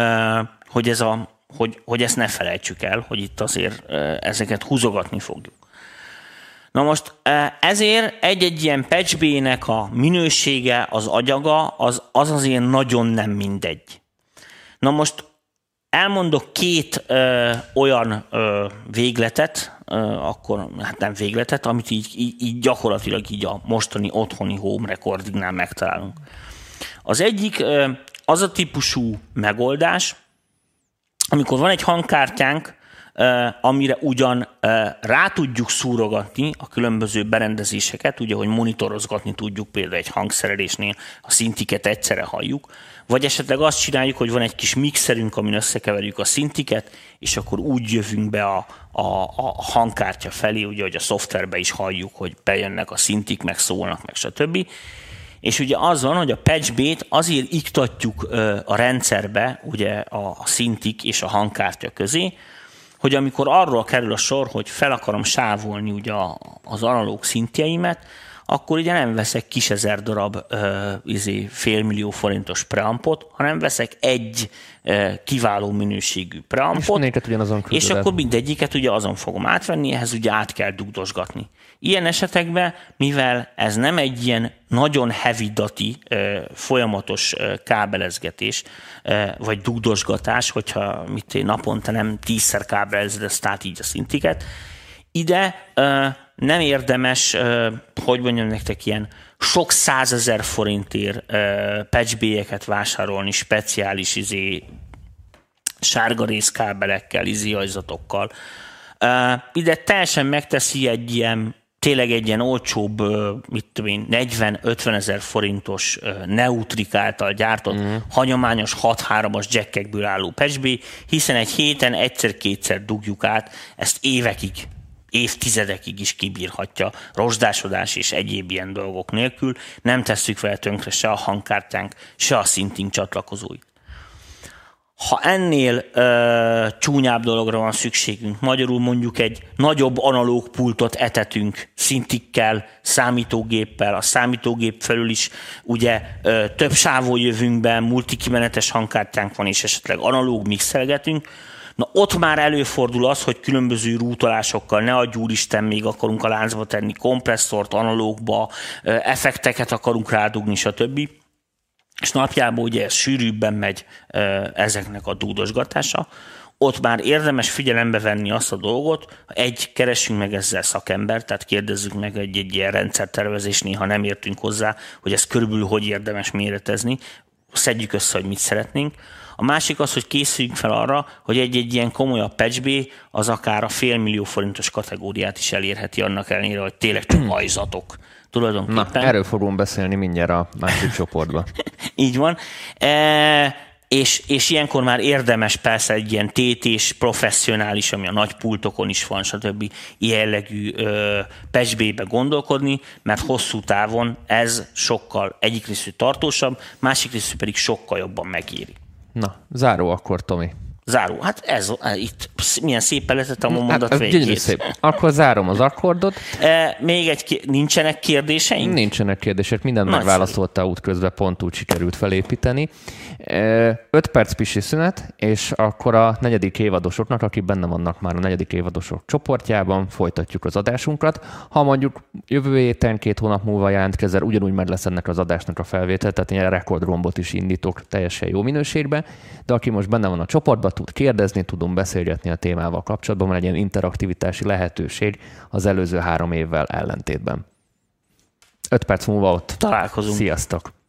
hogy ezt ne felejtsük el, hogy itt azért ezeket húzogatni fogjuk. Na most ezért egy ilyen Patch Bay-nek a minősége, az agyaga, az azért nagyon nem mindegy. Na most elmondok két olyan végletet, akkor hát nem végletet, amit így gyakorlatilag így a mostani otthoni home recordingnál megtalálunk. Az egyik az a típusú megoldás, amikor van egy hangkártyánk, amire ugyan rá tudjuk szúrogatni a különböző berendezéseket, ugye, hogy monitorozgatni tudjuk például egy hangszerelésnél, a szintiket egyszerre halljuk, vagy esetleg azt csináljuk, hogy van egy kis mixerünk, amin összekeverjük a szintiket, és akkor úgy jövünk be a hangkártya felé, ugye, hogy a szoftverbe is halljuk, hogy bejönnek a szintik, meg szólnak, meg stb. És ugye az van, hogy a Patch Bay-t azért iktatjuk a rendszerbe, ugye a szintik és a hangkártya közé, hogy amikor arról kerül a sor, hogy fel akarom sávolni ugye az analóg szintjeimet, akkor ugye nem veszek kis ezer darab félmillió forintos preampot, hanem veszek egy kiváló minőségű preampot, és akkor mindegyiket ugye azon fogom átvenni, ehhez ugye át kell dugdosgatni. Ilyen esetekben, mivel ez nem egy ilyen nagyon heavy dati, folyamatos kábelezgetés, vagy dugdosgatás, hogyha naponta nem 10-szer kábelezed ezt át így a szintiket, ide nem érdemes, hogy mondjam nektek, ilyen sok 100 000 forintért Patch Bay-eket vásárolni speciális sárga részkábelekkel, ajzatokkal. Ide teljesen megteszi tényleg egy ilyen olcsóbb, 40-50 000 forintos Neutrik által gyártott hagyományos 6.3-as jackekből álló Patch Bay, hiszen egy héten egyszer-kétszer dugjuk át, ezt évekig, évtizedekig is kibírhatja rozsdásodás és egyéb ilyen dolgok nélkül, nem tesszük vele tönkre se a hangkártyánk, se a szintink csatlakozóit. Ha ennél csúnyább dologra van szükségünk, magyarul mondjuk egy nagyobb analóg pultot etetünk szintikkel, számítógéppel, a számítógép felül is ugye több sávon jövünk be, multikimenetes hangkártyánk van, és esetleg analóg mixelgetünk, na ott már előfordul az, hogy különböző rútolásokkal, ne adj úristen, még akarunk a láncba tenni kompresszort, analógba, effekteket akarunk rádugni, stb. és napjában ugye ez sűrűbben megy ezeknek a dúdosgatása, ott már érdemes figyelembe venni azt a dolgot, keressünk meg ezzel szakembert, tehát kérdezzük meg egy ilyen rendszertervezés, néha nem értünk hozzá, hogy ez körülbelül hogy érdemes méretezni, szedjük össze, hogy mit szeretnénk. A másik az, hogy készüljünk fel arra, hogy egy ilyen komolyabb patch B az akár a $500 000 forintos kategóriát is elérheti, annak ellenére, hogy tényleg csak ajzatok. Na, erről fogunk beszélni mindjárt a másik csoportban. Így van. És ilyenkor már érdemes persze egy ilyen TT-s, professzionális, ami a nagy pultokon is van, stb. Jellegű patch B-be gondolkodni, mert hosszú távon ez sokkal egyik részű tartósabb, másik részű pedig sokkal jobban megéri. Na, záró akkor, Tomi. Záró. Hát ez itt milyen szépen letettem a mondat végét. Szép. Akkor zárom az akkordot. Még nincsenek kérdéseink? Nincsenek kérdések, mindent megválaszolta útközben, pont úgy sikerült felépíteni. 5 perc pisi szünet, és akkor a 4. évadosoknak, akik benne vannak már a 4. évadosok csoportjában, folytatjuk az adásunkat. Ha mondjuk jövő héten, 2 hónap múlva jelentkezel, ugyanúgy meg lesz ennek az adásnak a felvétel, tehát ilyen rekordrombot is indítok teljesen jó minőségben, de aki most benne van a csoportban, tud kérdezni, tudunk beszélgetni a témával kapcsolatban, van egy ilyen interaktivitási lehetőség az előző 3 évvel ellentétben. 5 perc múlva ott találkozunk. Sziasztok!